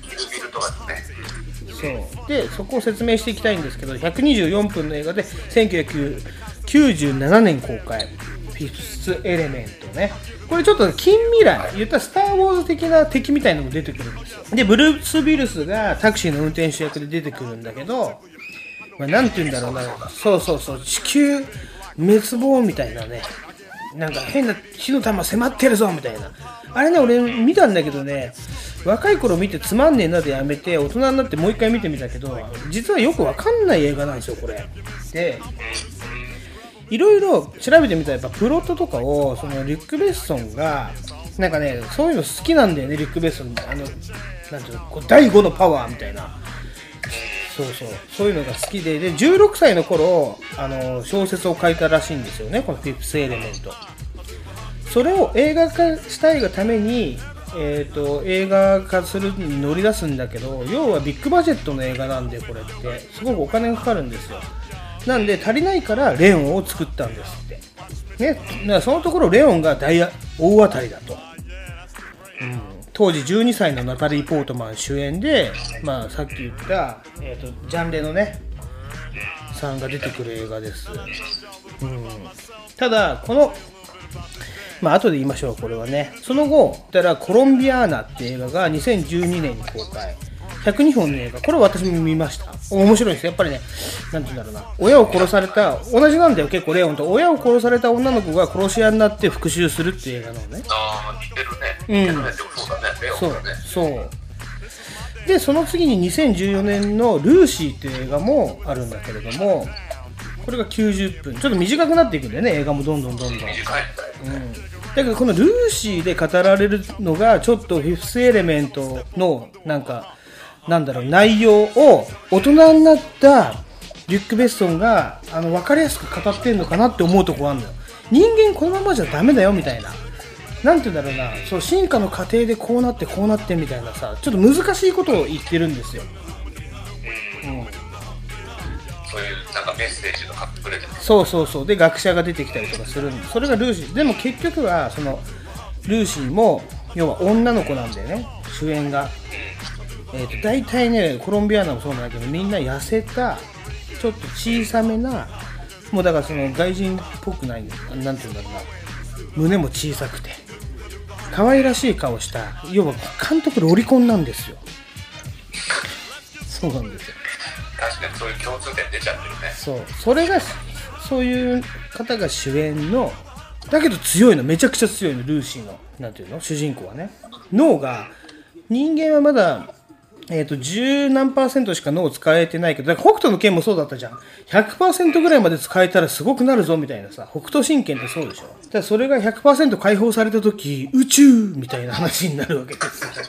Speaker 1: そうでそこを説明していきたいんですけど、ひゃくにじゅうよんぷんの映画でせんきゅうひゃくきゅうじゅうななねん公開、フィフスエレメントね。これちょっと近未来、言ったらスター・ウォーズ的な敵みたいなのも出てくるんですよ。で、ブルース・ウィルスがタクシーの運転手役で出てくるんだけど、まあ、なんて言うんだろうな、そうそうそう、地球滅亡みたいなね、なんか変な火の玉迫ってるぞみたいな。あれね、俺見たんだけどね、若い頃見てつまんねえなでやめて、大人になってもう一回見てみたけど、実はよくわかんない映画なんですよ、これ。で、いろいろ調べてみたら、やっぱプロットとかを、そのリュック・ベッソンが、なんかね、そういうの好きなんだよね、リュック・ベッソン。あの、なんていうの、こうだいごのパワーみたいな。そうそう、そういうのが好きで、で、じゅうろくさいの頃、あの、小説を書いたらしいんですよね、このフィフスエレメント。それを映画化したいがために、えーと、映画化するに乗り出すんだけど、要はビッグバジェットの映画なんで、これってすごくお金がかかるんですよ。なんで足りないからレオンを作ったんですってね。だからそのところレオンが大大当たりだと、うん、当時じゅうにさいのナタリー・ポートマン主演で、まあ、さっき言った、えーと、ジャンレのねさんが出てくる映画です、うん、ただこのまあ後で言いましょう、これはね。その後、だからコロンビアーナって映画がにせんじゅうにねんに公開。ひゃくにほんの映画。これ私も見ました。面白いです。やっぱりね、なんて言うんだろうな。親を殺された、同じなんだよ、結構レオンと。親を殺された女の子が殺し屋になって復讐するっていう映画なのね。
Speaker 2: ああ、似てるね。うん。そうだね、レオンだね。
Speaker 1: そう。そうで、その次ににせんじゅうよねんのルーシーっていう映画もあるんだけれども、これがきゅうじゅっぷん。ちょっと短くなっていくんだよね、映画もどんどんどんどん。短いんだよね。うんだけどこのルーシーで語られるのがちょっとフィフスエレメントのなんかなんだろう内容を大人になったリュック・ベッソンがあの分かりやすく語ってんのかなって思うところあるのよ。人間このままじゃダメだよみたいな、なんて言うんだろうな、そう進化の過程でこうなってこうなってみたいなさ、ちょっと難しいことを言ってるんですよ。うん。
Speaker 2: そういうなんかメッセージが隠れてます。
Speaker 1: そうそうそう。で学者が出てきたりとかするんで、それがルーシー。でも結局はそのルーシーも要は女の子なんだよね、主演が。えーと大体ね、コロンビアーナもそうなんだけど、みんな痩せたちょっと小さめな、もうだからその外人っぽくない、なんていうんだろうな、胸も小さくて可愛らしい顔した、要は監督ロリコンなんですよ。そうなんですよ。
Speaker 2: 確かにそういう共通点出ちゃってるね。
Speaker 1: そう、それがそういう方が主演の、だけど強いの、めちゃくちゃ強いの、ルーシーのなんていうの主人公はね、脳が人間はまだえっと十何パーセントしか脳使えてないけど、だから北斗の拳もそうだったじゃん。ひゃくパーセントぐらいまで使えたらすごくなるぞみたいなさ、北斗神拳ってそうでしょ。ただそれが ひゃくパーセント 解放された時、宇宙みたいな話になるわけですよ。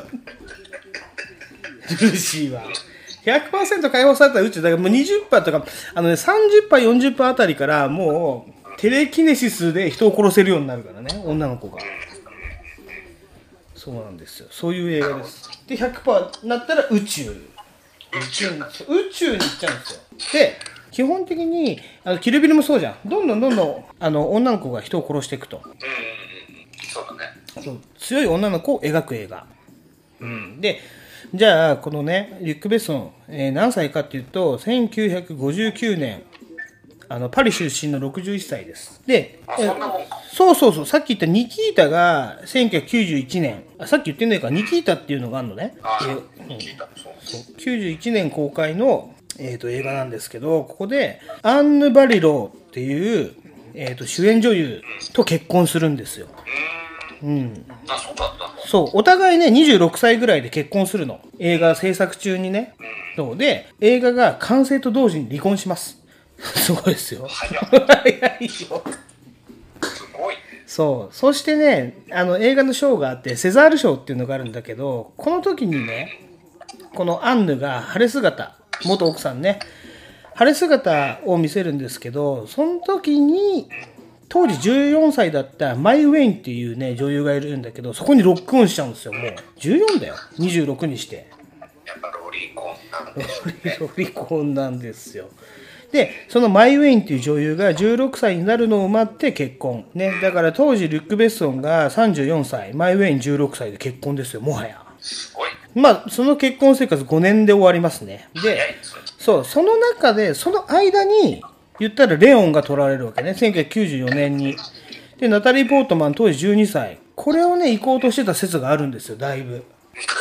Speaker 1: ルーシーはひゃくパーセント 解放されたら宇宙だから、もう にじゅっパーセント とかあの、ね、さんじゅっパーセント、よんじゅっパーセント あたりからもうテレキネシスで人を殺せるようになるからね、女の子が。そうなんですよ。そういう映画です。で ひゃくパーセント になったら宇宙宇宙に宇宙に行っちゃうんですよ。で基本的にあのキルビルもそうじゃん。どんどんどんどんあの女の子が人を殺していくと。うん、
Speaker 2: そうだね。
Speaker 1: そう強い女の子を描く映画。うん、でじゃあこのねリュック・ベッソン、えー、何歳かっていうとせんきゅうひゃくごじゅうきゅうねん、あのパリ出身のろくじゅういっさいです。で、えー、そうそうそう、さっき言ったニキータがせんきゅうひゃくきゅうじゅういちねん、あさっき言ってないからニキータっていうのがあるのね。
Speaker 2: あ、
Speaker 1: えー、
Speaker 2: ニキータ、そう
Speaker 1: そうきゅうじゅういちねん公開の、えー、と映画なんですけど、ここでアンヌ・バリローっていう、えー、と主演女優と結婚するんですよ。うん、
Speaker 2: あ、そうだった。
Speaker 1: そう、お互いねにじゅうろくさいぐらいで結婚するの、映画制作中にね。そうで映画が完成と同時に離婚します。すごいですよ。
Speaker 2: 早い
Speaker 1: 早いよ。す
Speaker 2: ごい。
Speaker 1: そう、そしてね、あの映画の賞があってセザール賞っていうのがあるんだけど、この時にねこのアンヌが晴れ姿、元奥さんね、 晴れ姿を見せるんですけど、その時に当時じゅうよんさいだったマイ・ウェインっていうね女優がいるんだけど、そこにロックオンしちゃうんですよ。もうじゅうよんだよ、にじゅうろくにして。
Speaker 2: やっぱロリコンなんですね。
Speaker 1: ロリコンなんですよ。でそのマイ・ウェインっていう女優がじゅうろくさいになるのを待って結婚ね。だから当時リュック・ベッソンがさんじゅうよんさい、マイ・ウェインじゅうろくさいで結婚ですよ。もはや
Speaker 2: すごい。
Speaker 1: まあその結婚生活ごねんで終わりますね。でそうその中でその間に言ったらレオンが取られるわけね、せんきゅうひゃくきゅうじゅうよねんに。でナタリー・ポートマン当時じゅうにさい、これをね行こうとしてた説があるんですよ。だいぶ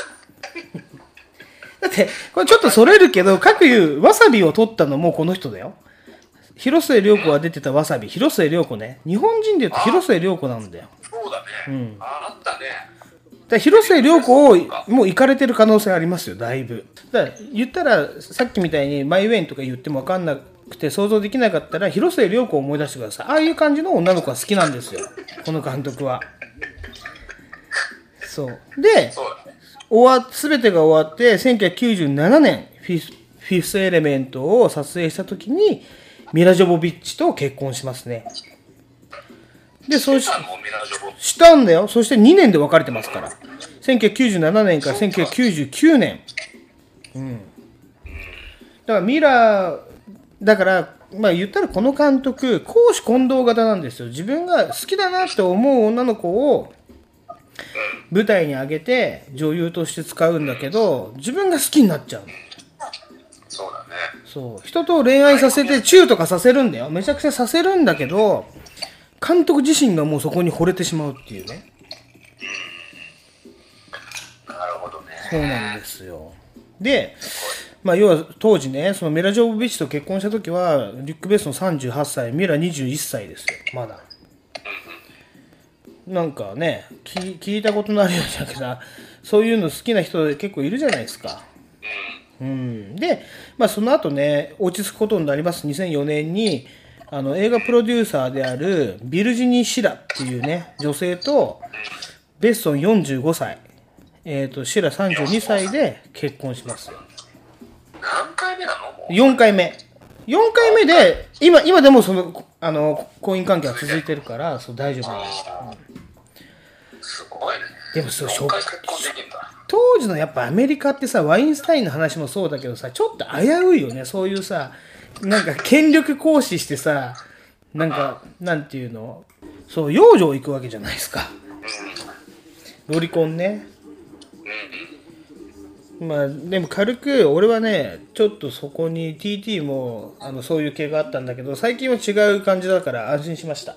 Speaker 1: だってこれちょっとそれるけど、各いうわさびを取ったのもこの人だよ。広末涼子が出てたわさび、広末涼子ね、日本人で言うと広末涼子なんだよ。
Speaker 2: そうだね、うん、ああったね。
Speaker 1: だ広末涼子をもう行かれてる可能性ありますよ、だいぶ。だから言ったらさっきみたいにマイ・ウェインとか言っても分かんなくて想像できなかったら広末涼子を思い出してください。ああいう感じの女の子が好きなんですよ、この監督は。そうで終わ全てが終わってせんきゅうひゃくきゅうじゅうななねんフィフフィフスエレメントを撮影した時にミラ・ジョボビッチと結婚しますね。でそうししたんだよ。そしてにねんで別れてますから、せんきゅうひゃくきゅうじゅうななねんからせんきゅうひゃくきゅうじゅうきゅうねん、うん、だからミラだからまあ言ったらこの監督公私混同型なんですよ。自分が好きだなって思う女の子を舞台に上げて女優として使うんだけど、自分が好きになっちゃう。
Speaker 2: そうだね。
Speaker 1: そう人と恋愛させてチューとかさせるんだよ、めちゃくちゃさせるんだけど、監督自身がもうそこに惚れてしまうっていうね。
Speaker 2: なるほどね。
Speaker 1: そうなんですよ。で、まあ、要は当時ね、そのミラ・ジョボビッチと結婚した時はリュック・ベッソンさんじゅうはっさい、ミラにじゅういっさいですよ、まだ。なんかね、聞, 聞いたことのあるようだけど、そういうの好きな人結構いるじゃないですか。うん、で、まあ、その後ね落ち着くことになります。にせんよねんにあの映画プロデューサーであるビルジニー・シラっていうね女性とベッソンよんじゅうごさい、えー、とシラさんじゅうにさいで結婚しますよ。
Speaker 2: 何回目なの？
Speaker 1: よんかいめよんかいめで今今でもそのあの婚姻関係は続いてるからそう大丈夫なんです、
Speaker 2: うん、すごいね。
Speaker 1: でもそう
Speaker 2: よんかい結婚できるんだ。
Speaker 1: 当時のやっぱアメリカってさ、ワインスタインの話もそうだけどさ、ちょっと危ういよね。そういうさ、なんか権力行使してさ、なんかなんていうの、そう養女行くわけじゃないですか。ロリコンね。まあでも軽く俺はね、ちょっとそこに ティーティー もあのそういう系があったんだけど、最近は違う感じだから安心しました。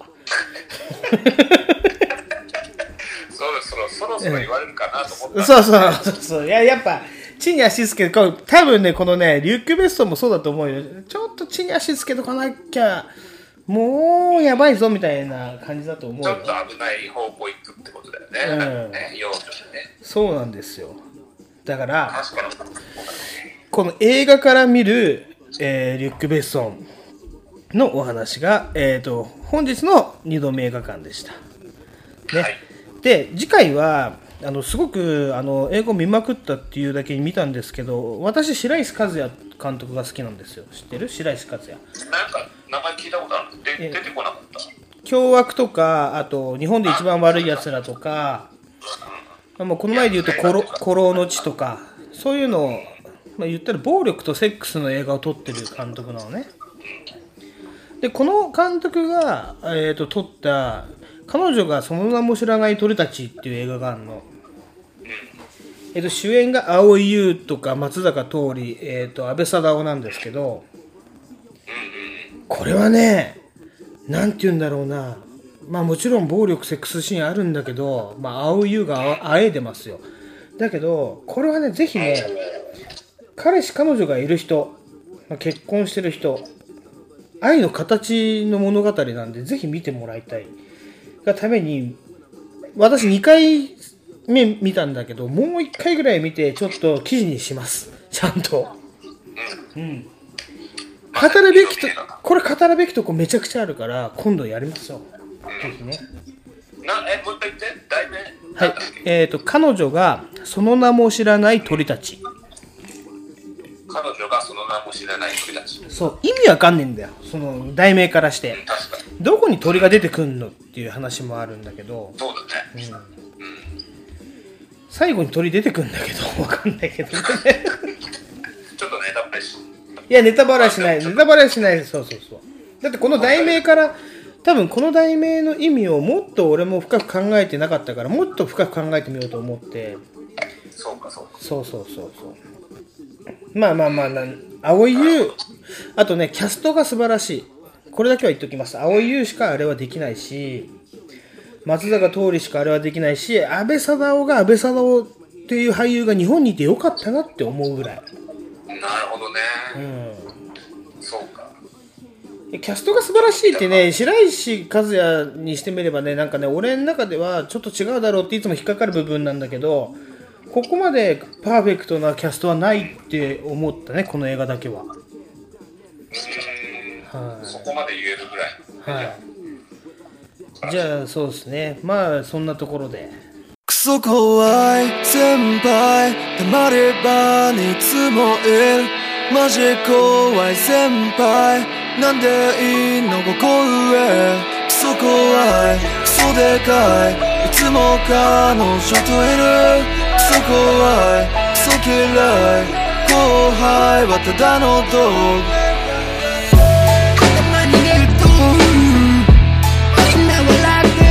Speaker 2: そろそろそろ言われるかなと思った、
Speaker 1: うん、そうそうそうそう。いややっぱ地に足つけて、多分ねこのねリュック・ベッソンもそうだと思うよ。ちょっと地に足つけとかなきゃもうやばいぞみたいな感じだと思うよ。
Speaker 2: ちょっと危ない方向行くってことだよね。うん、ね幼女でね。
Speaker 1: そうなんですよ。だからこの映画から見る、えー、リュック・ベッソンのお話が、えー、と本日のにどめ映画館でした。ね。はい、で次回はあのすごくあの英語見まくったっていうだけに見たんですけど、私白石和也監督が好きなんですよ。知ってる？白石和也。
Speaker 2: なんか名前聞いたことある。で出てこなかった。
Speaker 1: 凶悪とか、あと日本で一番悪いやつらとか、もうこの前で言うと古老の地とか、そういうのを、まあ、言ったら暴力とセックスの映画を撮ってる監督なのね。でこの監督が、えー、と撮った彼女がその名も知らない鳥たちっていう映画があるの。えっと、主演が蒼井優とか松坂桃李、えっと、安倍貞夫なんですけど、これはね、なんて言うんだろうな、まあもちろん暴力セックスシーンあるんだけど、まあ蒼井優があえいでますよ。だけどこれはね、ぜひね、彼氏彼女がいる人、結婚してる人、愛の形の物語なんでぜひ見てもらいたいがために、私にかいめ見たんだけど、もういっかいぐらい見てちょっと記事にします、ちゃんと。うん、語るべきとこれ語るべきとこめちゃくちゃあるから今度やりましょう、ぜひね。
Speaker 2: なえもう一回言って、題名。
Speaker 1: はい、えーと彼女がその名も知らない鳥たち。
Speaker 2: 彼女がその名も知らない鳥たち。
Speaker 1: そう意味わかんねえんだよ、その題名からして、
Speaker 2: うん、確かに
Speaker 1: どこに鳥が出てくんのっていう話もあるんだけど、
Speaker 2: そうだね、
Speaker 1: うん
Speaker 2: うん、
Speaker 1: 最後に鳥出てくんだけどわかんないけどね
Speaker 2: ちょっとネタバレし
Speaker 1: いやネタバレしないネタバレしないそうそうそうだってこの題名から多分この題名の意味をもっと俺も深く考えてなかったから、もっと深く考えてみようと思って、
Speaker 2: そうかそうか
Speaker 1: そうそうそうそうまあまあまあな蒼井優、あとねキャストが素晴らしい、これだけは言っておきます。蒼井優しかあれはできないし、松坂桃李しかあれはできないし、安倍貞夫が安倍貞夫っていう俳優が日本にいてよかったなって思うぐらい。
Speaker 2: なるほどね、うん、そうか。
Speaker 1: キャストが素晴らしいってね、白石和也にしてみればね、なんかね、俺の中ではちょっと違うだろうっていつも引っかかる部分なんだけど、ここまでパーフェクトなキャストはないって思ったね、この映画だけは。う
Speaker 2: ーん、はい、そこまで言えるぐらい。
Speaker 1: はい。じゃあそうですね、まあそんなところで。
Speaker 4: クソ怖い先輩、黙ればにつもいる。マジ怖い先輩、なんでいいのここ上。クソ怖いクソでかい、いつも彼女といる。クソ怖いクソ嫌い、後輩はただの道具。頭に入れるとみんな笑って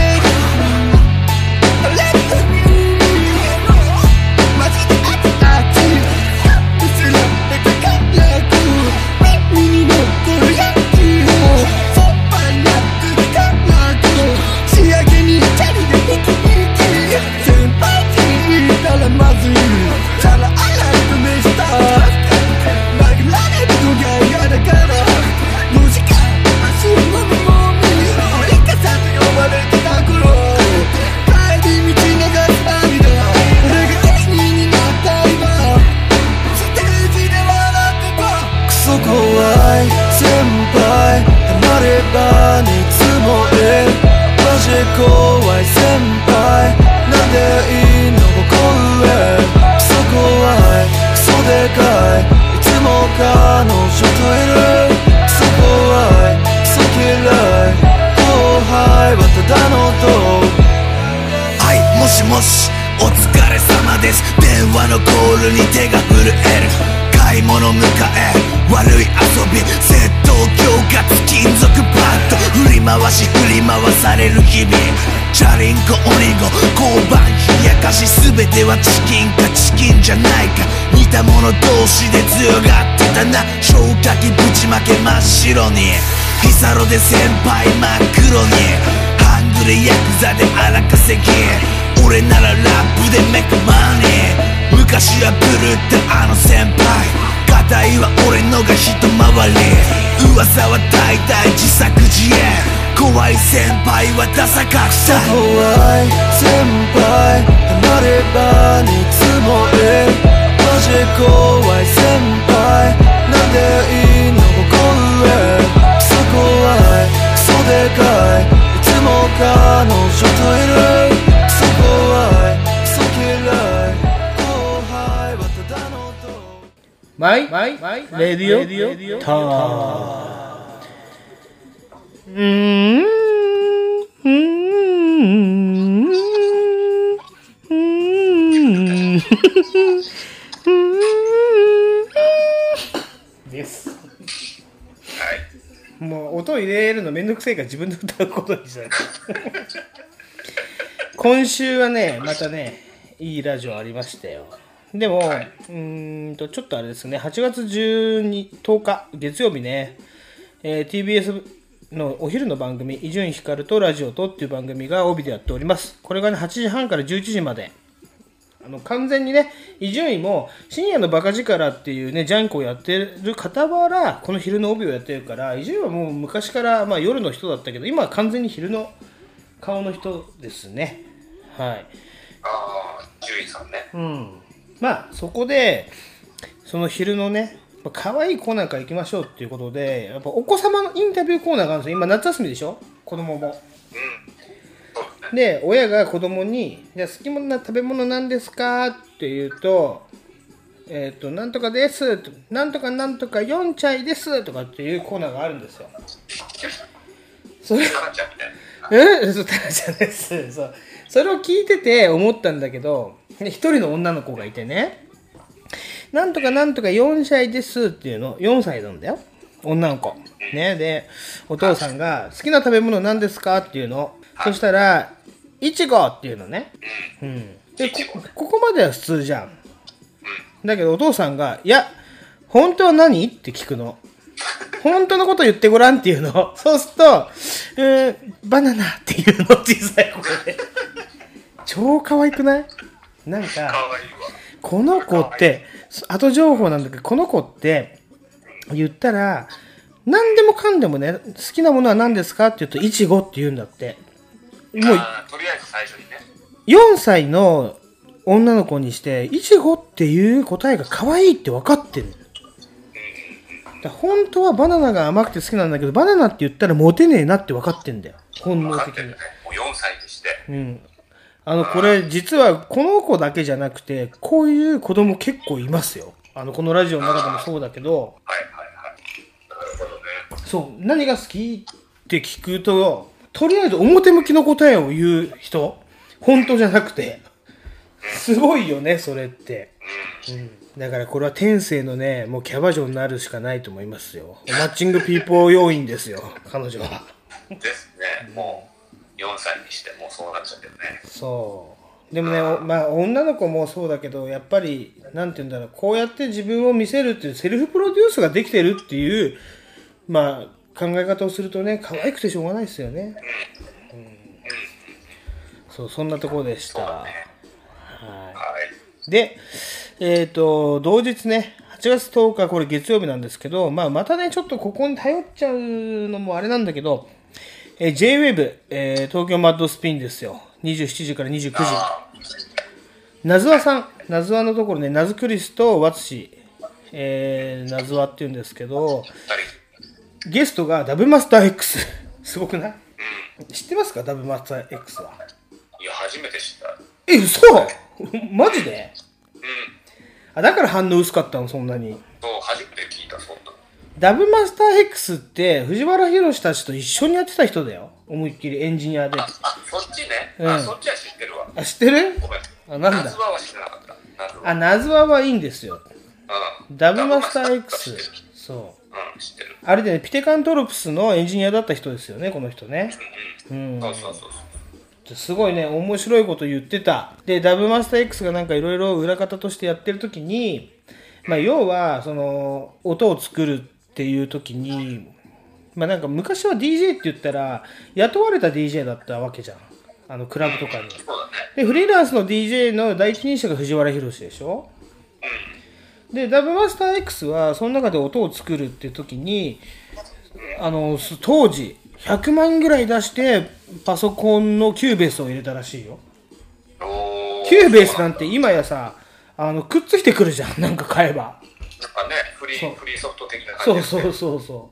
Speaker 4: マジで熱々薄られた輝く耳に残る焼きをそっぱにやってるからと仕上げにチャリでピキピキ先輩に言ったらまずい皿洗いと目した殴られるのが嫌だからよじかん足をもみもみイカさんと呼ばれてた頃帰り道流す涙俺が鬼になった今ステージで笑ってた。クソ怖い先輩、黙ればにつもいる。マジ怖い先輩、なんでいいのここ上。クソ怖いクソでかい、いつも彼女といる。クソ怖いクソ嫌い、後輩はただの道具。はい、もしもしお疲れ様です。電話のコールに手が震える。買い物迎え悪い遊び窃盗恐喝金属バット振り回し振り回される日々。チャリンコオリゴ交番冷やかし全てはチキンかチキンじゃないか。似た者同士で強がってたな。消火器ぶちまけ真っ白にヒサロで先輩真っ黒に半グレヤクザで荒稼ぎ。俺ならラップでメクマニー。昔はブルったあの先輩、硬いは俺のが一回り。噂は大体自作自演、怖い先輩はダサかった。怖い先輩、黙ればにつもいる。マジ怖い先輩、なんでいいのここ上。クソ怖いクソでかい、いつも彼女といる。クソ怖いクソ嫌い、後輩はただの道具。
Speaker 1: マイレディオターン。うーんうーんうーんです。はい。もう音入れるのめんどくせえから自分で歌うことにした。今週はねまたねいいラジオありましたよ。でも、はい、うーんとちょっとあれですね、はちがつじゅうに、とおか月曜日ね、えー、ティービーエス のお昼の番組伊集院光とラジオとっていう番組が帯でやっております。これがねはちじはんからじゅういちじまで、あの完全にね伊集院も深夜のバカ力っていうねジャンクをやってる傍らこの昼の帯をやってるから、伊集院はもう昔から、まあ、夜の人だったけど今は完全に昼の顔の人ですね。はい。
Speaker 2: ああ、伊集院さんね。
Speaker 1: うん。まあそこでその昼のね可愛いコーナーから行きましょうっていうことで、やっぱお子様のインタビューコーナーがあるんですよ。今夏休みでしょ、子供も。うん、で親が子供にじゃあ好きな食べ物なんですかって言うと、 えっ、ー、と、なんとかです、なんとかなんとかよんちゃいですとかっていうコーナーがあるんですよ。それ、
Speaker 2: タラちゃんみたいな。
Speaker 1: えそう、タラちゃんです。そう。それを聞いてて思ったんだけど、一人の女の子がいてね、なんとかなんとかよんさいですっていうの、よんさいなんだよ。女の子。ね。で、お父さんが、好きな食べ物何ですかっていうの。そしたら、いちごっていうのね。うん。でこ、ここまでは普通じゃん。だけどお父さんが、いや、本当は何って聞くの。本当のこと言ってごらんっていうの。そうすると、えー、バナナっていうの、小さい声で。超可愛くない？なんか、この子って、後情報なんだけど、この子って、言ったら、何でもかんでもね、好きなものは何ですかって言うと、いちごって言うんだって。
Speaker 2: もう、とりあえず最初にね。
Speaker 1: よんさいの女の子にして、いちごっていう答えが可愛いって分かってる。だ本当はバナナが甘くて好きなんだけど、バナナって言ったらモテねえなって分かってんだよ。本能的に。
Speaker 2: ね、もうよんさいにして。
Speaker 1: うん。あの、これ、実は、この子だけじゃなくて、こういう子供結構いますよ。あの、このラジオの中でもそうだけど、
Speaker 2: はいはいはい。なるほどね。
Speaker 1: そう、何が好きって聞くと、とりあえず表向きの答えを言う人、本当じゃなくて、すごいよね、それって。うん。だからこれは天性のね、もうキャバ嬢になるしかないと思いますよ。マッチングピーポー要員ですよ、彼女は。
Speaker 2: ですね、もうよんさいにしてもうそうなっちゃってるね。
Speaker 1: そう。でもね、まあ女の子もそうだけど、やっぱり、なんて言うんだろう、こうやって自分を見せるっていうセルフプロデュースができてるっていう、まあ考え方をするとね、可愛くてしょうがないですよね。うんうん、そう、そんなところでした。ね、はい。はい、で、えっと、同日ね、はちがつとおか、これ月曜日なんですけど、まあ、またね、ちょっとここに頼っちゃうのもあれなんだけど、えー、ジェイウェーブ、えー、東京マッドスピンですよ。にじゅうしちじからにじゅうくじ。なずわさん、なずわのところね、ナズクリスとワツシ、えー、なずわって言うんですけど、ゲストがダブマスター X。すごくない？うん、知ってますか？ダブマスター X は。
Speaker 2: いや、初めて知った。
Speaker 1: え、嘘マジで？うん。あ、だから反応薄かったの、そんなに。
Speaker 2: そう、初めて聞いた、そんな。
Speaker 1: ダブマスター X って藤原宏たちと一緒にやってた人だよ。思いっきりエンジニアで。
Speaker 2: あ、あそっちね。うん、あ、そっちは知ってるわ。
Speaker 1: あ、知ってる？
Speaker 2: ごめん。
Speaker 1: あ、なんだ。
Speaker 2: ナズワは知らなかった。ナズワ。
Speaker 1: あ、ナズワはいいんですよ。
Speaker 2: うん。
Speaker 1: ダブマスター X。そう。
Speaker 2: うん、知ってる。
Speaker 1: あれでね、ピテカントロプスのエンジニアだった人ですよね、この人ね。
Speaker 2: うん、うん。そうそうそうそう。
Speaker 1: すごいね、面白いこと言ってた。で、ダブマスター X がなんかいろいろ裏方としてやってるときに、まあ、要は、その、音を作るっていうときに、まあなんか昔は ディージェー って言ったら、雇われた ディージェー だったわけじゃん。あの、クラブとかに。
Speaker 2: そうだね。
Speaker 1: で、フリーランスの ディージェー の第一人者が藤原宏でしょ。うん。で、ダブマスター X は、その中で音を作るっていうときに、あの、当時、ひゃくまんぐらい出してパソコンのキューベースを入れたらしいよ。キューベースなんて今やさ、あのくっついてくるじゃん、なんか買えば。
Speaker 2: なんかね、フリー、フリーソフト的な感じで、ね。
Speaker 1: そうそうそうそう。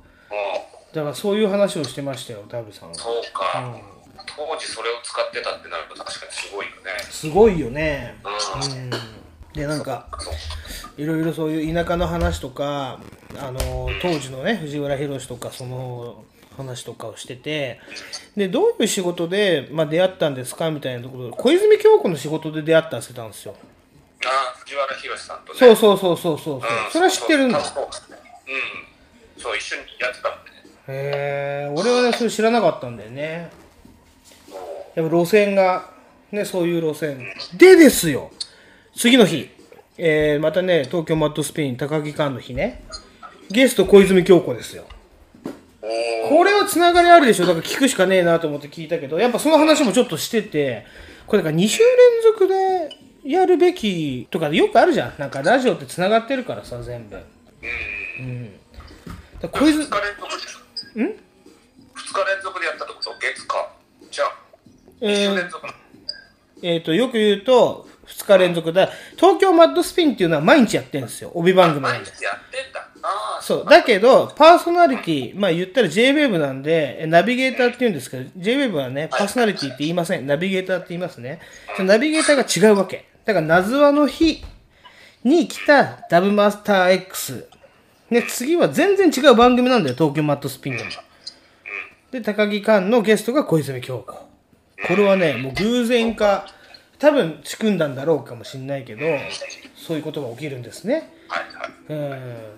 Speaker 1: だからそういう話をしてましたよ、ダブさんは。
Speaker 2: そうか、うん。当時それを使ってたってなると確かにすごいよね。
Speaker 1: すごいよね。
Speaker 2: うん。
Speaker 1: うん、で、なんか、いろいろそういう田舎の話とか、あの、当時のね、藤原宏とか、その、話とかをしてて、でどういう仕事で、まあ、出会ったんですかみたいなところで、小泉京子の仕事で出会ったってたんですよ。
Speaker 2: ああ、藤原宏さんとね。
Speaker 1: そうそうそうそうそう、うん、それは知ってるんだ。
Speaker 2: そう、うん、そう一緒にやってたもんね。
Speaker 1: へえ、俺はねそれ知らなかったんだよね。やっぱ路線がね、そういう路線でですよ。次の日、えー、またね東京マッドスピン高木館の日ね、ゲスト小泉京子ですよ。これはつながりあるでしょ。だから聞くしかねえなと思って聞いたけど、やっぱその話もちょっとしてて、これだからに週連続でやるべきとかよくあるじゃん。なんかラジオってつながってるからさ、全部。うん。うん。
Speaker 2: だから小泉ふつか連続でしょ。ん？ふつか連続でやったってこと？月か。じゃあ、に週連続。
Speaker 1: えっと、よく言うと、ふつか連続だ。東京マッドスピンっていうのは毎日やってるんですよ。帯番組なんで。
Speaker 2: 毎日やってんだ。ああ。
Speaker 1: そう。だけど、パーソナリティ、まあ言ったら ジェイウェーブ なんで、ナビゲーターって言うんですけど、ジェイウェーブ はね、パーソナリティって言いません。ナビゲーターって言いますね。そのナビゲーターが違うわけ。だから、なずわの日に来たダブマスター X。ね、次は全然違う番組なんだよ、東京マットスピンでも。で、高木寛のゲストが小泉京子。これはね、もう偶然か、多分仕組んだんだろうかもしれないけど、そういうことが起きるんですね。うん。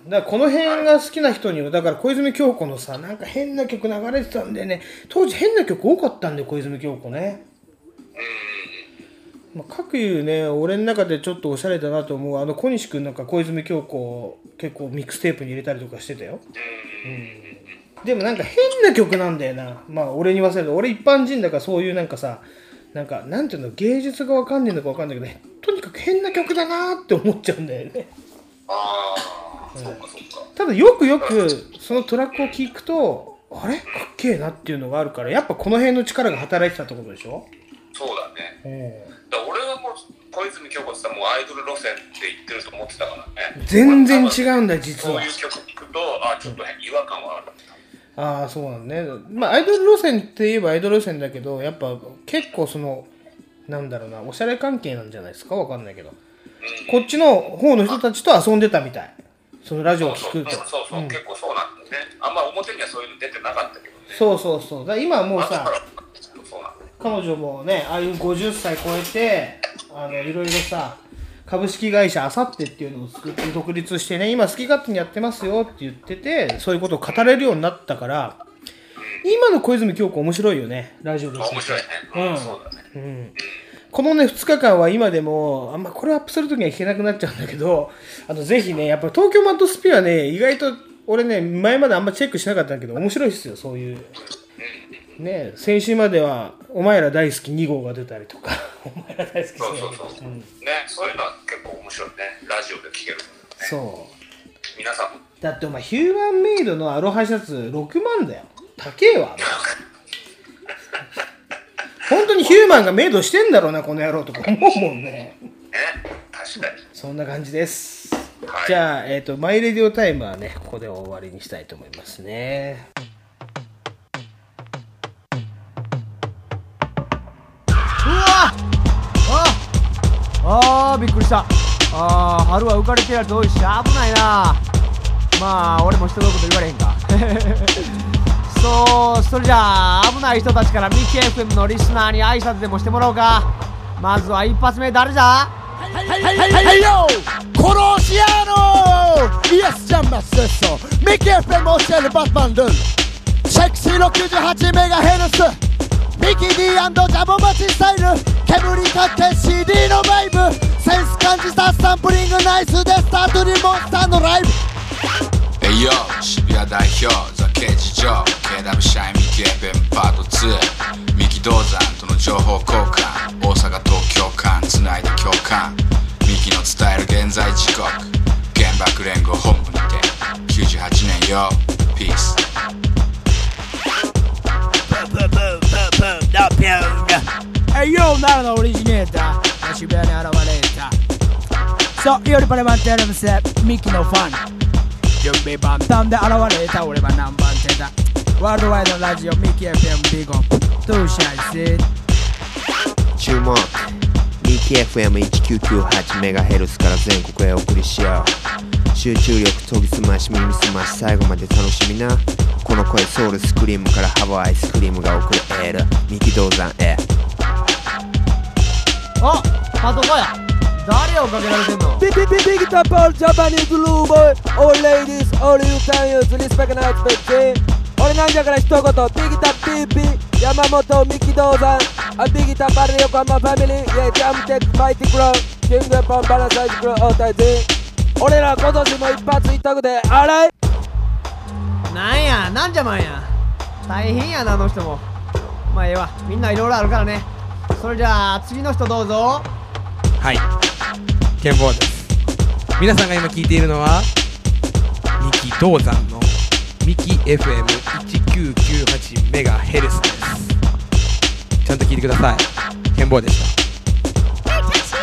Speaker 1: だからこの辺が好きな人には、だから小泉京子のさ、なんか変な曲流れてたんでね、当時変な曲多かったんだよ、小泉京子ね。まあ、各言うね、俺の中でちょっとおしゃれだなと思う、あの小西くんなんか小泉京子結構ミックステープに入れたりとかしてたよ。うん。でもなんか変な曲なんだよな。まあ俺に言わせると、俺一般人だからそういうなんかさ、なんかなんていうの、芸術がわかんねえのかわかんないけどね、とにかく変な曲だなって思っちゃうんだよね。
Speaker 2: ああ、うん、そうかそうか。
Speaker 1: ただよくよくそのトラックを聴くと、あれかっけえなっていうのがあるから、やっぱこの辺の力が働いてたってことでしょ。
Speaker 2: そうだね。うん、だ俺はもう小泉京子ってさ、もうアイドル路線って言ってると思ってたからね。
Speaker 1: 全然違うんだ実は。
Speaker 2: そういう曲聴くと、あ、ちょっと違和感はある。
Speaker 1: ああ、そうなんね。まあアイドル路線って言えばアイドル路線だけど、やっぱ結構そのなんだろうな、おしゃれ関係なんじゃないですか、わかんないけど、うん、こっちの方の人たちと遊んでたみたたい。そのラジオを聞くと。
Speaker 2: そうそうそう、うん、結構そうなんだよね。あんま表にはそういうの出てなかったけどね。
Speaker 1: そうそうそう。だ今はもうさ、彼女もね、ああいうごじゅっさい超えて、あのいろいろさ、株式会社あさってっていうのを作って独立してね、今好き勝手にやってますよって言ってて、そういうことを語れるようになったから、今の小泉京子面白いよね、ラジオで。
Speaker 2: 面白いね。うん、そうだね。
Speaker 1: うん。このね、ふつかかんは今でも、あんまこれアップするときには聞けなくなっちゃうんだけど、あの、ぜひね、やっぱ東京マットスピはね、意外と、俺ね、前まであんまチェックしなかったんだけど、面白いっすよ、そういう。ね、先週までは、お前ら大好きに号が出たりとか、お前ら大好き
Speaker 2: そうそうそう。うん、ね、そういうのは結構面白いね、ラジオで聞ける、ね。そう。皆さんも。
Speaker 1: だってお前、ヒューマンメイドのアロハシャツろくまんだよ。高えわ。本当にヒューマンがメイドしてんだろうな、この野郎とか思うもんね。
Speaker 2: ね、確かに。
Speaker 1: そんな感じです。はい、じゃあ、えっと、マイレディオタイムはね、ここで終わりにしたいと思いますね。
Speaker 5: うわああー、びっくりした。あー、春は浮かれてやると多いし、危ないな。まあ、俺も人のこと言われへんか。そう、それじゃあ危ない人たちからミキ エフエム のリスナーに挨拶でもしてもらおうか。まずは一発目誰じゃ。
Speaker 4: はいはいはいはいはいよ、殺し屋のイエスジャンマスです。ミキ エフエム 教えるバットマンルール、セクシー ろくじゅうはちメガヘルツ、ミキ ディー& ジャボマチスタイル、煙かけ シーディー のバイブ、センス感じたサンプリングナイスでスタートリモンスターのライブ。
Speaker 6: えいよ、渋谷代表ザ・刑事長 ケーダブリュー シャインミキ エフエム パートツー、ミキ銅山との情報交換、大阪東京間つないで共感、ミキの伝える現在時刻、原爆連合本部にてきゅうじゅうはちねんよ、ピース。
Speaker 5: えいよ、奈良のオリジネーター渋谷に現れた。そう、よりパレマンテルムスミキのファン、準備万端で現れた俺は何番手だ。ワールドワイドラジオミキ エフエム ビゴントゥーシャイズ。
Speaker 7: 注目、ミキ エフエムせんきゅうひゃくきゅうじゅうはちメガヘルツ から全国へお送りしよう。集中力研ぎ澄まし耳澄まし最後まで楽しみな。この声ソウルスクリームからハワイアイスクリームが送るエール、ミキ銅山へ。
Speaker 5: あ、パトカーや。誰をかけられてんの。
Speaker 8: ビビビビギターパールジャパニーズルーボーイ、オールレイディース、オールユータンユーズ、リスペクトナイツペッチン。俺なんじゃから一言、ビギターピーピー、山本ミキ銅山、あビギターパル横浜ファミリー、イェイジャムテックファイティクロー、キングエポンバランサイズクロー、オータイズ。俺ら今年も一発一択で、あれ
Speaker 5: なんや、なんじゃまんや。大変やな、あの人も。まあええわ、みんないろいろあるからね。それじゃあ次の人どうぞ。
Speaker 9: はい、ケンボーです。皆さんが今聞いているのはミキ銅山のミキ エフエムせんきゅうひゃくきゅうじゅうはちメガヘルツです。ちゃんと聞いてください。ケンボーでした。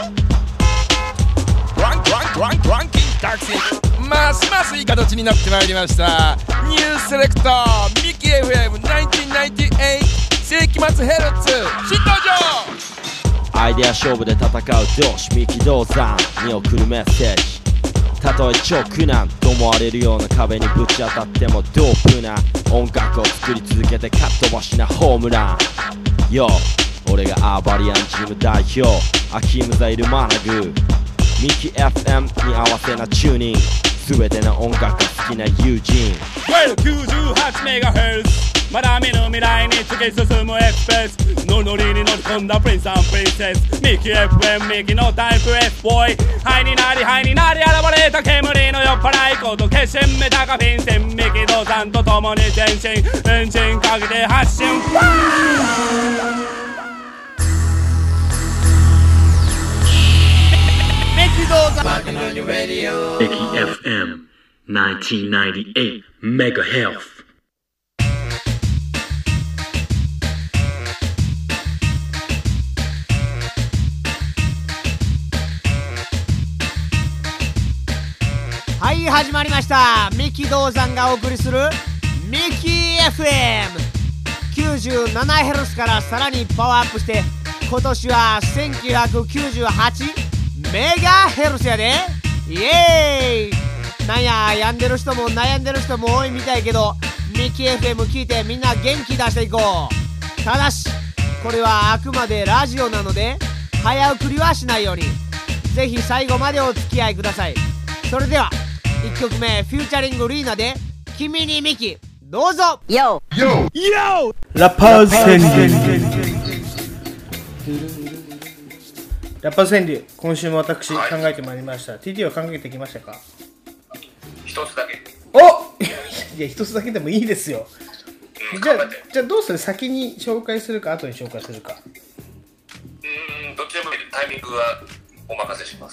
Speaker 10: ランクランクランクランキングタクシー、ますますいい形になってまいりました。ニューセレクターミキ エフエムせんきゅうひゃくきゅうじゅうはち世紀末ヘルツ新登場。
Speaker 11: アイデア勝負で戦う同志ミキ銅山に送るメッセージ、 たとえ超苦難と思われるような壁にぶち当たってもドープな音楽を作り続けてかっ飛ばしなホームラン。よ俺がアーバリアンチーム代表アキームザイルマナグミキ エフエム に合わせなチューニング全ての音楽が好きな友人
Speaker 12: きゅうじゅうはちメガヘルツ まだ見ぬ未来に突き進むエクスプレスノリノリに乗り込んだプリンス&プリンセスミキ エフエム ミキのタイプ S ボーイハイになりハイになり現れた煙の酔っ払いこと決心メタカフィン線ミキドさんと共に前進エンジンかけて発進
Speaker 13: Rockin' on your radio. Mickey エフエム ナインティーンナインティーエイト Megahertz。
Speaker 5: はい、始まりました。ミキ道山がお送りするミキ エフエムきゅうじゅうななヘルツ からさらにパワーアップして今年はせんきゅうひゃくきゅうじゅうはちメガヘルツやで。イエーイ。なんや病んでる人も悩んでる人も多いみたいけどミキ エフエム 聞いてみんな元気出していこう。ただしこれはあくまでラジオなので早送りはしないようにぜひ最後までお付き合いください。それではいっきょくめフューチャリングリーナで君にミキどうぞ。
Speaker 14: ヨーヨー
Speaker 5: ヨー
Speaker 1: ラッパーズ川柳。ラッパーズ川柳、今週も私考えてまいりました。はい、ティーティー は考えてきましたか？
Speaker 2: 一つだけ。
Speaker 1: おいや一つだけでもいいですよ。
Speaker 2: うん、
Speaker 1: じゃあじゃあどうする？先に紹介するか後に紹介するか。
Speaker 2: うーんどっちでもいい。タイミングはお任せします。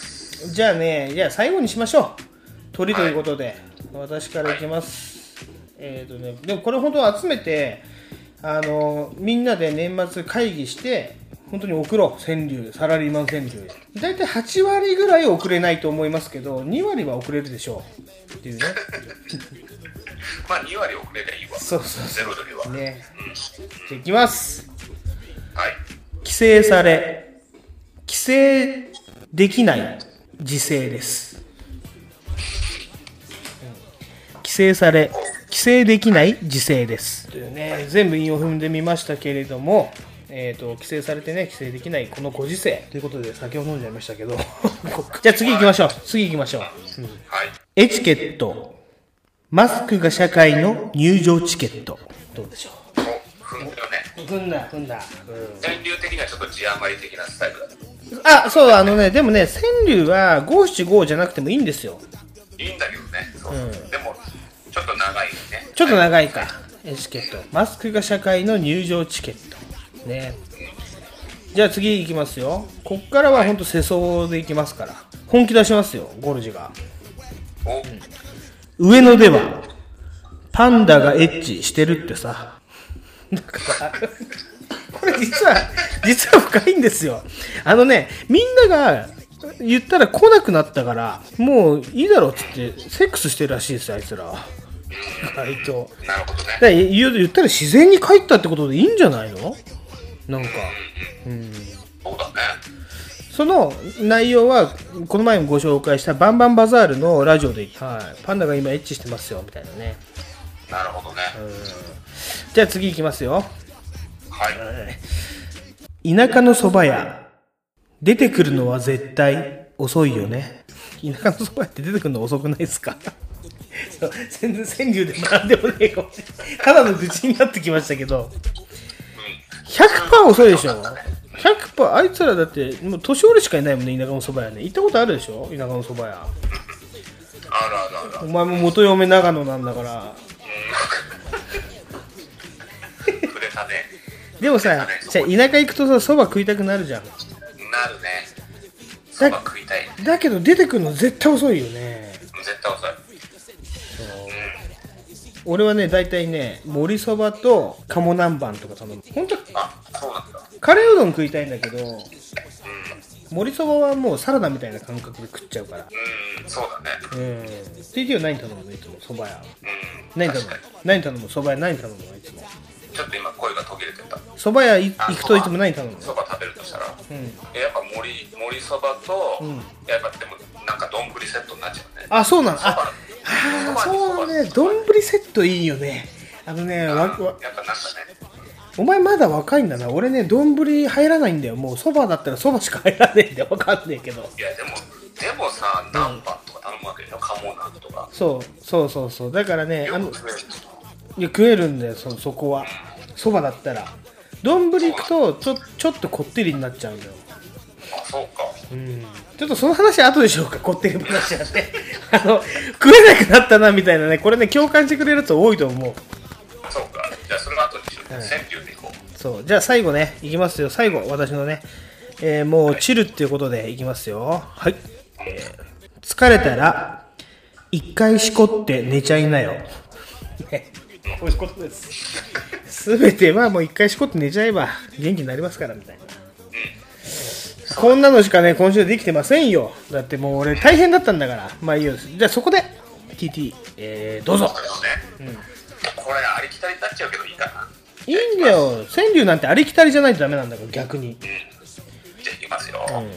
Speaker 1: じゃあね、じゃあ最後にしましょう。鳥ということで、はい、私からいきます。はい、えっとね、でもこれ本当集めてあのみんなで年末会議して本当に送ろう。川柳、サラリーマン川柳。だいたいはちわりぐらい送れないと思いますけどにわりは送れるでしょうっていうね。
Speaker 2: まあにわり送れりゃいいわ。
Speaker 1: そうそうそう。
Speaker 2: ゼロよりは
Speaker 1: ね。
Speaker 2: うん、
Speaker 1: じゃあいきます。
Speaker 2: はい。
Speaker 1: 規制され規制できない時勢です。規制され規制できない時勢ですというね、全部韻を踏んでみましたけれども、えーと規制されてね規制できないこのご時世ということで酒を飲んじゃいましたけどじゃあ次行きましょう次行きましょう、うんはい、エチケットマスクが社会の入場チケットどうでしょう。
Speaker 2: 踏んだよね。
Speaker 1: 踏んだ踏んだ、
Speaker 2: うん、川柳的にはちょっと字余り的なスタイルだね。
Speaker 1: あ、そう、あのね、でもね、川柳は五七五じゃなくてもいいんですよ。
Speaker 2: いいんだけどね。そうそう、うん、でもちょっと長いね。
Speaker 1: ちょっと長いか。エチケット。マスクが社会の入場チケット。ね。じゃあ次いきますよ。こっからはほんと世相でいきますから。本気出しますよ、ゴルジが。うん、上野ではパンダがエッチしてるってさ。だからこれ実は実は深いんですよ。あのね、みんなが言ったら来なくなったからもういいだろうっつってセックスしてるらしいですよ、あいつらは。割と
Speaker 2: なるほどね。
Speaker 1: だから言ったら自然に帰ったってことでいいんじゃないの？なんか、うん、
Speaker 2: そうだね。
Speaker 1: その内容はこの前もご紹介したバンバンバザールのラジオで、はい、パンダが今エッチしてますよみたいなね。
Speaker 2: なるほどね。
Speaker 1: うん、じゃあ次いきますよ。
Speaker 2: はい。
Speaker 1: 田舎のそば屋出てくるのは絶対遅いよね。田舎のそば屋って出てくるの遅くないですか？全然川柳でもなんでもねえかもしれない。ただの愚痴になってきましたけど、ひゃくパーセント 遅いでしょ。ひゃくパーセント あいつらだってもう年寄りしかいないもんね。田舎のそば屋ね。行ったことあるでしょ、田舎のそば屋。
Speaker 2: あるあるある。
Speaker 1: お前も元嫁長野なんだから。
Speaker 2: くれたね。
Speaker 1: でもさ、じゃあ田舎行くとさ、そば食いたくなるじゃん。
Speaker 2: なるね。そば食いたい。
Speaker 1: だけど出てくるの絶対遅いよね。
Speaker 2: 絶対遅い。
Speaker 1: うん、俺はね、大体ね、盛りそばと鴨南蛮とか頼む。本当は
Speaker 2: あ、そうなんだ。
Speaker 1: カレーうどん食いたいんだけど、うん、盛りそばはもうサラダみたいな感覚で食っちゃうから。
Speaker 2: うん、そうだね。
Speaker 1: うん。ティーティー は何頼むのいつも、そば屋。
Speaker 2: うん。
Speaker 1: 何頼む何頼むそば屋何頼むのいつも。
Speaker 2: ちょっと今声が途切れてた。
Speaker 1: そば屋行くといつも何頼むの？
Speaker 2: そば食べるとしたら、
Speaker 1: うん、
Speaker 2: やっぱ盛り盛りそばと、うん、やっぱでもなんか丼セットになっちゃうね。
Speaker 1: あ、そうなの。ああ、そうね、丼セットいいよね。あのね、わわ
Speaker 2: やっぱなんかね、
Speaker 1: お前まだ若いんだな。俺ね、丼入らないんだよ。もうそばだったらそばしか入らねえんだよ。わかんねえけど。
Speaker 2: いやでもでもさ、何パンとか頼むわけでしょ、カモナンとか。
Speaker 1: そうそうそうそう。だからね、あの
Speaker 2: よく食える
Speaker 1: いや食えるんだよ。そそこは。そばだったら。丼行くとちょちょっとこってりになっちゃうんだよ。
Speaker 2: あ、そうか。
Speaker 1: うん。ちょっとその話後でしょうか。こってり話なんて。あの食えなくなったなみたいなね。これね共感してくれるやつ多いと思う。
Speaker 2: そうか。じゃあそれは後でしょう。
Speaker 1: はい
Speaker 2: 川柳でいこう。
Speaker 1: そう。じゃあ最後ね、いきますよ。最後、私のね、えー、もうチルっていうことでいきますよ。はい。えー、疲れたら、一回しこって寝ちゃいなよ。ね。こういうことです。すべてはもう一回しこって寝ちゃえば元気になりますからみたいな。こんなのしかね、今週できてませんよ。だってもう俺大変だったんだから。まあいいよ。じゃあそこで、ティーティー、えー、どうぞ。
Speaker 2: そうだよね。うん。これありきたりになっちゃうけどいいかな。
Speaker 1: いいんだよ。川柳なんてありきたりじゃないとダメなんだから、逆に。うん。
Speaker 2: じゃあいきますよ。うん。甘ん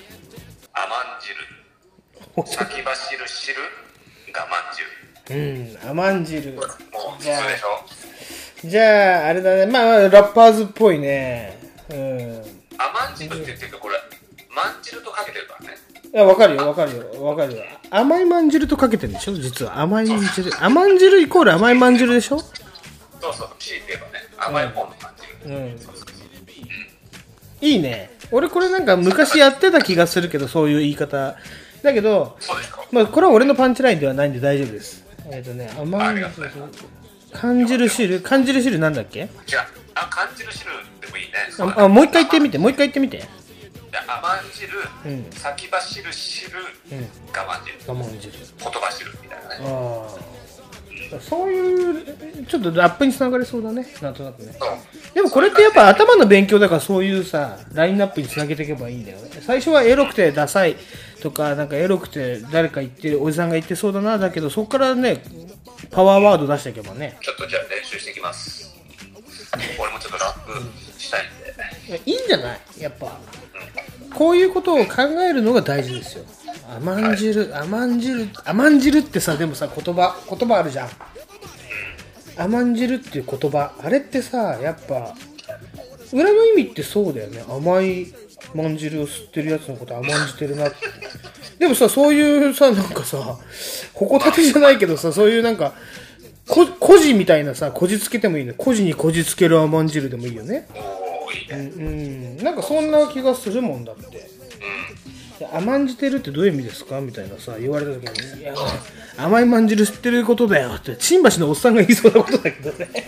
Speaker 2: 汁。先走る汁。我慢汁。
Speaker 1: うん。甘ん汁。
Speaker 2: もう普通でしょ。
Speaker 1: じゃあ、あれだね。まあ、ラッパーズっぽいね。うん。
Speaker 2: 甘ん汁って言ってるけど、これ、まんじるとかけてるからね。
Speaker 1: いや、わかるよ、わかるよ、わかるよ。甘いまんじるとかけてるんでしょ実は。甘いまんじる。甘んじるイコール甘いまんじるでしょ
Speaker 2: そうそう、強いて言えばね、甘い方のまんじる。うん。うん、
Speaker 1: いいね。俺これなんか昔やってた気がするけど、そういう言い方。だけど、まあ、これは俺のパンチラインではないんで大丈夫です。えっ、ー、とね、甘い。感じる汁感じる汁なんだっけ？
Speaker 2: 違う。あ、感じる汁でもいいね。
Speaker 1: あ、あもう一回言ってみて、もう一回言ってみて。
Speaker 2: 甘ん汁、
Speaker 1: うん、
Speaker 2: 先走る汁、うん、我慢汁。
Speaker 1: 我慢汁。
Speaker 2: 言葉汁みたいなね。
Speaker 1: ああ。そういう、ちょっとラップにつながりそうだね。なんとなくね。でもこれってやっぱ頭の勉強だからそういうさ、ラインナップにつなげていけばいいんだよね。最初はエロくてダサいとか、なんかエロくて誰か言ってる、おじさんが言ってそうだな、だけどそこからね、パワーワード出していけばね。
Speaker 2: ちょっとじゃあ練習していきます。俺もちょっとラップしたいんで。
Speaker 1: いいんじゃないやっぱ、うん、こういうことを考えるのが大事ですよ。甘ん汁、はい、甘ん汁、甘ん汁ってさ、でもさ、言葉、言葉あるじゃん。甘ん汁っていう言葉、あれってさ、やっぱ裏の意味ってそうだよね。甘いまんじるを吸ってるやつのこと甘んじてるなって。でもさ、そういうさ、なんかさ、ほこたてじゃないけどさ、そういうなんかここじみたいなさ、こじつけてもいいね。こじにこじつける甘ん汁でもいいよね。
Speaker 2: おー、いいね。
Speaker 1: うん、うん、なんかそんな気がするもんだって。うん、甘んじてるってどういう意味ですかみたいなさ、言われた時に、いや、甘いまんじる吸ってることだよって、新橋のおっさんが言いそうなことだけどね。
Speaker 2: 言い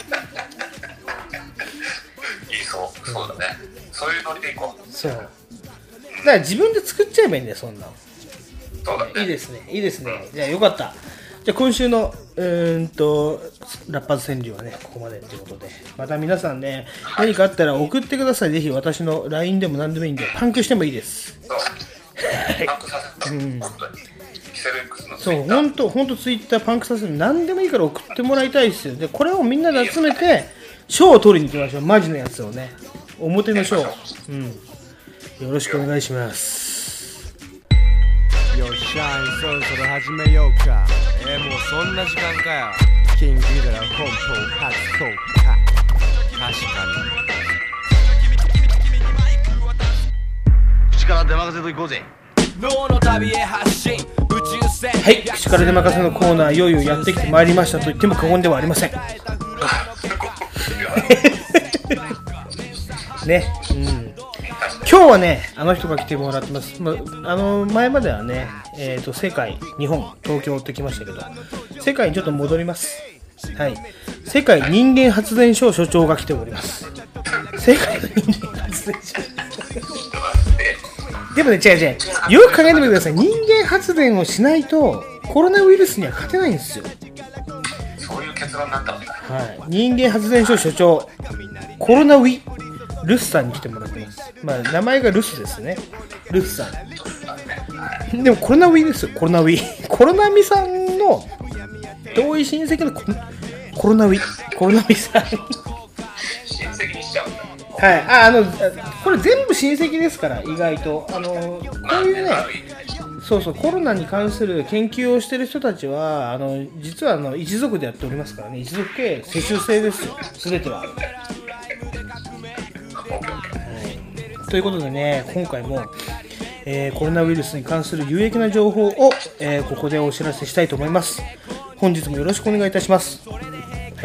Speaker 2: そう、そうだね。そういうノリでいこう。
Speaker 1: そう。だから自分で作っちゃえばいいんだよ、そんなの。
Speaker 2: そうだね。
Speaker 1: いいですね、いいですね。じゃあよかった。じゃあ今週のうーんとラッパーズ川柳はねここまでということで、また皆さんね、はい、何かあったら送ってください。ぜひ私の ライン でも何でもいいんでパンクしてもいいです。
Speaker 2: そうパンクさせた、うん、本当にキセル X のツイッター、
Speaker 1: そう本当本当ツイッターパンクさせる、何でもいいから送ってもらいたいですよ。でこれをみんなで集めて賞を取りに行きましょう。マジのやつをね、表の賞、うん、よろしくお願いします。
Speaker 8: よっしゃい、そろそろ始めようか。えー、もうそんな時間かよ。キングギドラ本邦初公開。確かに。口から出任せといこうぜ。脳の旅へ発信、宇宙船。
Speaker 1: はい、口から出任せのコーナー、いよいよやってきてまいりましたと言っても過言ではありません。ね、うん。今日はね、あの人が来てもらってます。まあの前まではね、えーと、世界、日本、東京ってきましたけど、世界にちょっと戻ります。はい。世界人間発電所所長が来ております。世界の人間発電所。でもね、違う違う。よく考えてみてください。人間発電をしないと、コロナウイルスには勝てないんですよ。
Speaker 2: そういう結論になったんだ。
Speaker 1: はい。人間発電所所長、コロナウィルスさんに来てもらってます。まあ、名前がルスですね。ルスさん。でもコロナウイルス、コロナウィ、コロナミさんの遠い親戚の コ, コロナウィ、コロナミさん。
Speaker 2: 親戚にしちゃうんだ。
Speaker 1: はい。あ、あの、これ全部親戚ですから、意外と。あの、こういうね、 そうそう、コロナに関する研究をしている人たちは、あの実はあの一族でやっておりますからね、一族系世襲制ですよ、すべては。はい、ということでね、今回も、えー、コロナウイルスに関する有益な情報を、えー、ここでお知らせしたいと思います。本日もよろしくお願いいたします。はい、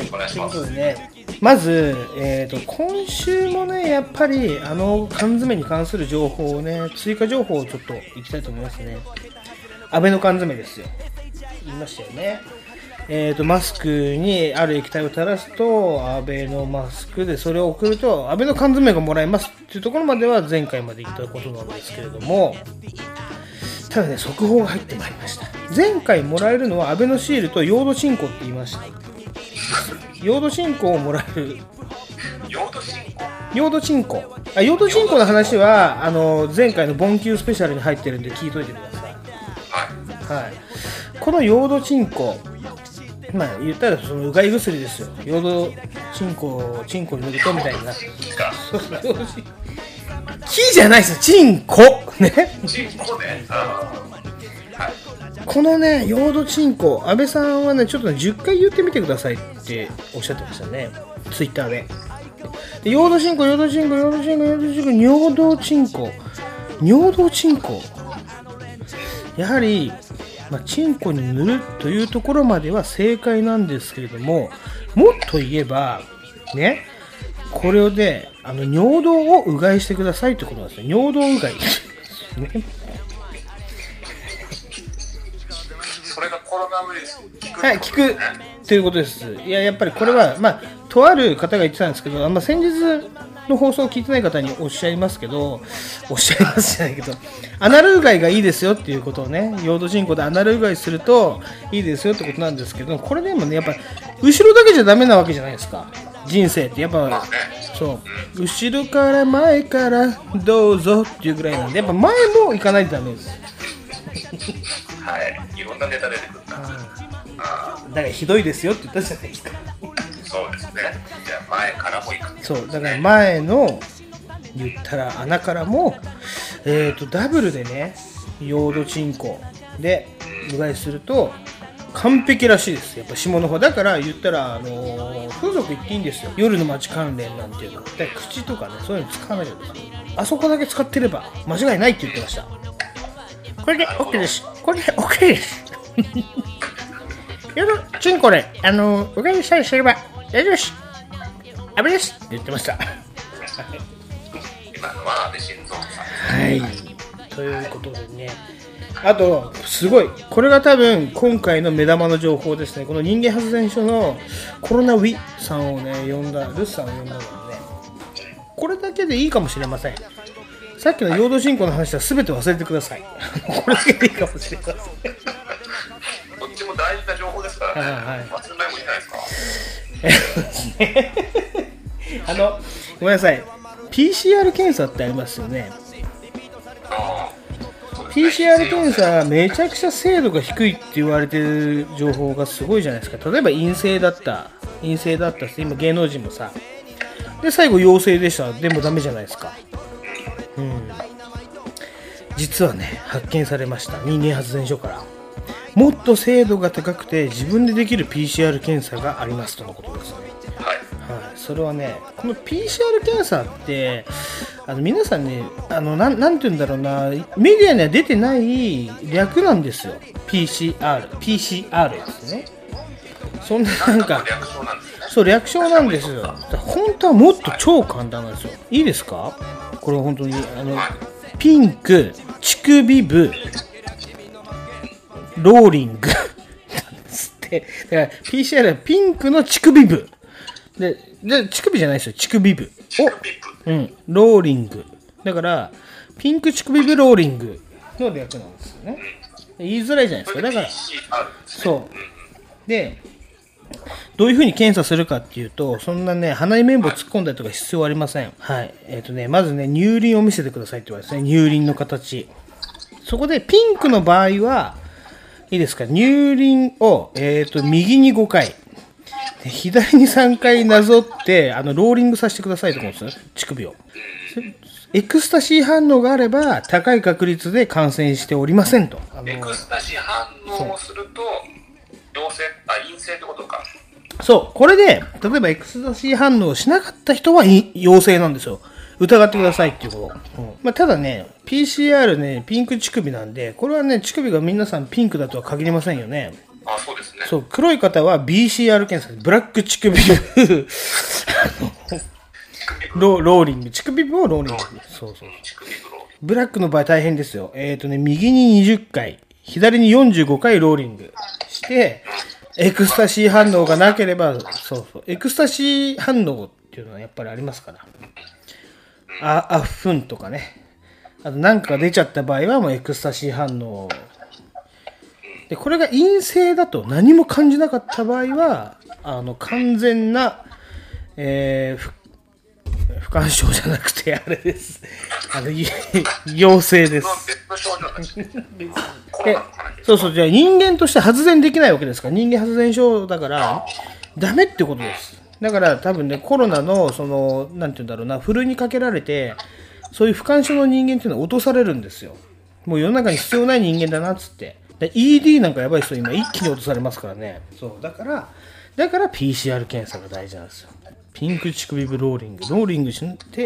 Speaker 1: ということでね、まず、えーと、今週もね、やっぱりあの缶詰に関する情報をね、追加情報をちょっといきたいと思いますね。安倍の缶詰ですよ。言いましたよね。えーと、マスクにある液体を垂らすと、安倍のマスクでそれを送ると、安倍の缶詰がもらえますっていうところまでは前回まで言ったことなんですけれども、ただね、速報が入ってまいりました。前回もらえるのは安倍のシールとヨードチンコって言いました。ヨードチンコをもらえる。
Speaker 2: ヨードチンコ
Speaker 1: ヨードチンコあヨードチンコの話はあの前回のボンキュースペシャルに入ってるんで聞いといてください。はい、はい、このヨードチンコ、まあ言ったらそのうがい薬ですよ。ヨードチンコをチンコに塗るとみたいな。そうそう、ヨードチン木じゃないですよ、チンコね。
Speaker 2: チンコね。
Speaker 1: このね、ヨードチンコ、安倍さんはね、ちょっとね、じゅっかい言ってみてくださいっておっしゃってましたね、ツイッターで。でヨードチンコ、ヨードチンコ、ヨードチンコ、ヨードチンコ、尿道チンコ、尿道チンコ。やはり、まあ、チンコに塗るというところまでは正解なんですけれども、もっと言えば、ね、これをで、あの尿道をうがいしてくださいってことなんですよ。尿道うがい。ね。
Speaker 2: それがコロナウイルスに効く、
Speaker 1: はい、効くということです。いや、やっぱりこれは、まあ、とある方が言ってたんですけど、まあ、先日の放送を聞いてない方におっしゃいますけど、おっしゃいますじゃないけど、アナルうがいがいいですよっていうことをね、ヨードチンコでアナルうがいするといいですよってことなんですけど、これでもね、やっぱ後ろだけじゃダメなわけじゃないですか。人生ってやっぱ、そう、後ろから前からどうぞっていうぐらいなんで、やっぱ前も行かないとダメです。
Speaker 2: はい、いろんなネタ出てくるんだ。
Speaker 1: だからひどいですよって言ったじゃないですか。
Speaker 2: そうですね。じゃあ前からも行く。
Speaker 1: そう、だから前の言ったら穴からも、えーとダブルでね、ヨードチンコでうがいすると完璧らしいです。やっぱ下の方だから言ったら、あのー、風俗行っていいんですよ。夜の街関連なんていうの。だから口とかね、そういうの使わないじゃないですか。あそこだけ使ってれば間違いないって言ってました。これで OK です。これで OK です。ヨードチンコで、あのー、うがいさえすれば大丈夫です。安倍ですって言ってました。
Speaker 2: 今のは安倍晋三さん。
Speaker 1: はい。ということでね。あと、すごい。これが多分、今回の目玉の情報ですね。この人間発電所のコロナウィさんをね、呼んだ、ルスさんを呼んだのでね。これだけでいいかもしれません。さっきのヨードチンコの話は全て忘れてください。これだけでいいかもしれません。
Speaker 2: どっちも大事な情報ですからね。はいはい、忘れないもんいないですか。
Speaker 1: あの、ごめんなさい。ピーシーアール 検査ってありますよね。ピーシーアール 検査めちゃくちゃ精度が低いって言われてる情報がすごいじゃないですか。例えば陰性だった陰性だったって今芸能人もさで最後陽性でしたでもダメじゃないですか。うん、実はね発見されました。人間発電所からもっと精度が高くて自分でできる ピーシーアール 検査がありますとのことですね。はい、はい、それはねこの ピーシーアール 検査ってあの皆さんねあのな ん, なんて言うんだろうなメディアには出てない略なんですよ。 ピーシーアール ピーシーアール ですね。そんななんかそう略称なんですよ。本当はもっと超簡単なんですよ。いいですかこれは本当にあのピンク乳首部ローリングなんですって。だから ピーシーアール はピンクの乳首部で、で乳首じゃないですよ。乳首部を、うん、ローリングだからピンク乳首部ローリングの略なんですよね。言いづらいじゃないですか。だからそうでどういう風に検査するかっていうと、そんなね鼻に綿棒突っ込んだりとか必要ありません。はい。えっとねまずね乳輪を見せてくださいって言われてね。乳輪の形。そこでピンクの場合はいいですか。乳輪をえっと右にごかい、左にさんかいなぞってあのローリングさせてくださいと思うんですよ。乳首を。 エクスタシー反応があれば高い確率で感染しておりませんと。あの
Speaker 2: エクスタシー反応をすると陽性、あ、陰性ってことか。
Speaker 1: そう、これで例えばエクスタシー反応をしなかった人は陽性なんですよ。疑ってくださいっていうこと。うんまあ、ただね、ピーシーアール ね、ピンク乳首なんで、これはね、乳首が皆さんピンクだとは限りませんよね。
Speaker 2: あ、そうですね。
Speaker 1: そう、黒い方は ビーシーアール 検査、ブラック乳首ロローリング、乳首をローリング。そうそう。ブラックの場合大変ですよ。えっとね、右ににじゅっかい、左によんじゅうごかいローリングして、エクスタシー反応がなければ、そうそう。エクスタシー反応っていうのはやっぱりありますから。あ、あふんとかね。あとなんかが出ちゃった場合はもうエクスタシー反応。で、これが陰性だと何も感じなかった場合は、あの、完全な、えー、不感症じゃなくて、あれです。あの、陽性です。えそうそう、じゃあ人間として発電できないわけですから、人間発電症だから、ダメってことです。だから多分ね、コロナの、その、なんていうんだろうな、ふるいにかけられて、そういう不感症の人間っていうのは落とされるんですよ。もう世の中に必要ない人間だなっつって。で イーディー なんかやばい人今一気に落とされますからね。そう。だから、だから ピーシーアール 検査が大事なんですよ。ピンク乳首ブローリング。ローリングして、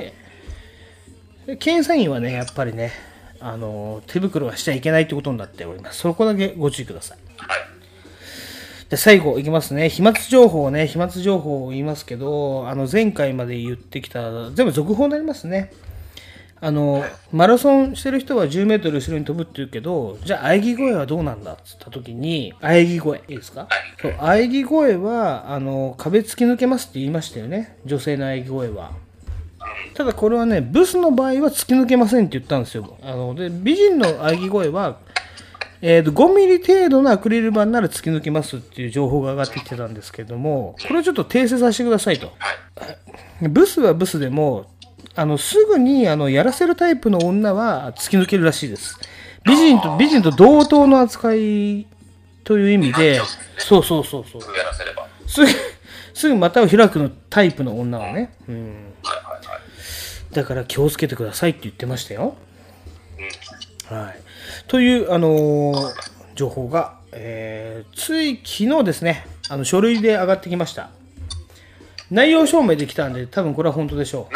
Speaker 1: で検査員はね、やっぱりね、あの、手袋はしちゃいけないってことになっております。そこだけご注意ください。で最後いきますね。飛沫情報ね、飛沫情報を言いますけど、あの前回まで言ってきた、全部続報になりますね。あの、マラソンしてる人はじゅうメートル後ろに飛ぶって言うけど、じゃあ喘ぎ声はどうなんだっつった時に、喘ぎ声、いいですか？そう、喘ぎ声は、あの、壁突き抜けますって言いましたよね。女性の喘ぎ声は。ただこれはね、ブスの場合は突き抜けませんって言ったんですよ。あの、で、美人の喘ぎ声は、えーと、ごミリ程度のアクリル板なら突き抜けますっていう情報が上がってきてたんですけども、これをちょっと訂正させてくださいと。ブスはブスでも、あの、すぐに、あの、やらせるタイプの女は突き抜けるらしいです。美人と、美人と同等の扱いという意味で、そうそうそうそう。
Speaker 2: すぐやらせれば。
Speaker 1: すぐ、すぐ股を開くのタイプの女はね。うん。だから気をつけてくださいって言ってましたよ。はい。という、あのー、情報が、えー、つい昨日ですね、あの書類で上がってきました。内容証明できたんで、多分これは本当でしょう。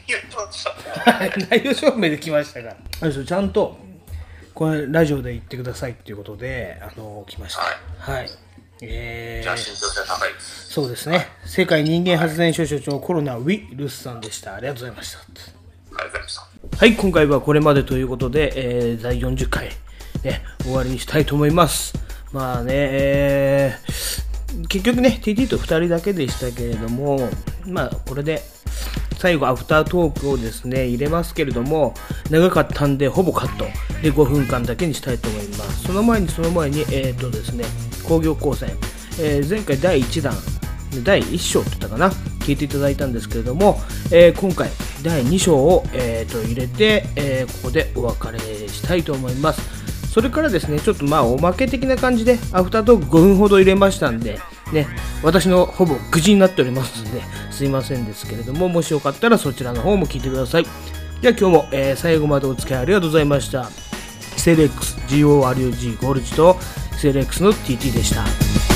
Speaker 1: 内容証明できましたが、ちゃんとこれラジオで言ってくださいっていうことで、あのー、来ました。はい。はい、えー、じゃあ信憑性高いです。そうですね。世界人間発電所所長コロナウィルスさんでした。ありがとうございました。ありがとうございました。はい、今回はこれまでということで、えー、だいよんじゅっかい、ね、終わりにしたいと思います。まあね、えー、結局ね、ティーティー とふたりだけでしたけれども、まあこれで最後アフタートークをですね、入れますけれども、長かったんでほぼカットでごふんかんだけにしたいと思います。その前にその前に、えーとですね、工業高専、えー、前回だいいちだん、だいいっ章って言ったかな、聞いていただいたんですけれども、えー、今回だいに章を、えー、と入れて、えー、ここでお別れしたいと思います。それからですね、ちょっとまあおまけ的な感じでアフタートークごふんほど入れましたんでね、私のほぼ愚痴になっておりますのですいませんですけれども、もしよかったらそちらの方も聞いてください。じゃあ今日も、えー、最後までお付き合いありがとうございました。セレックス ゴールド ゴールジとセレックスの ティーティー でした。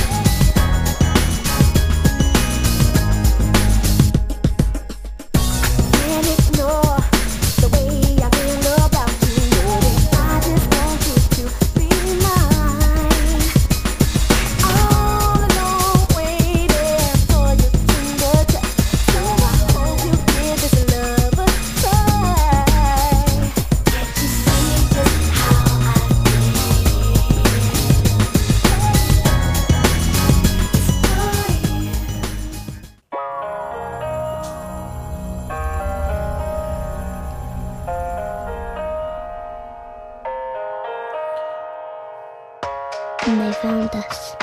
Speaker 14: And they found us.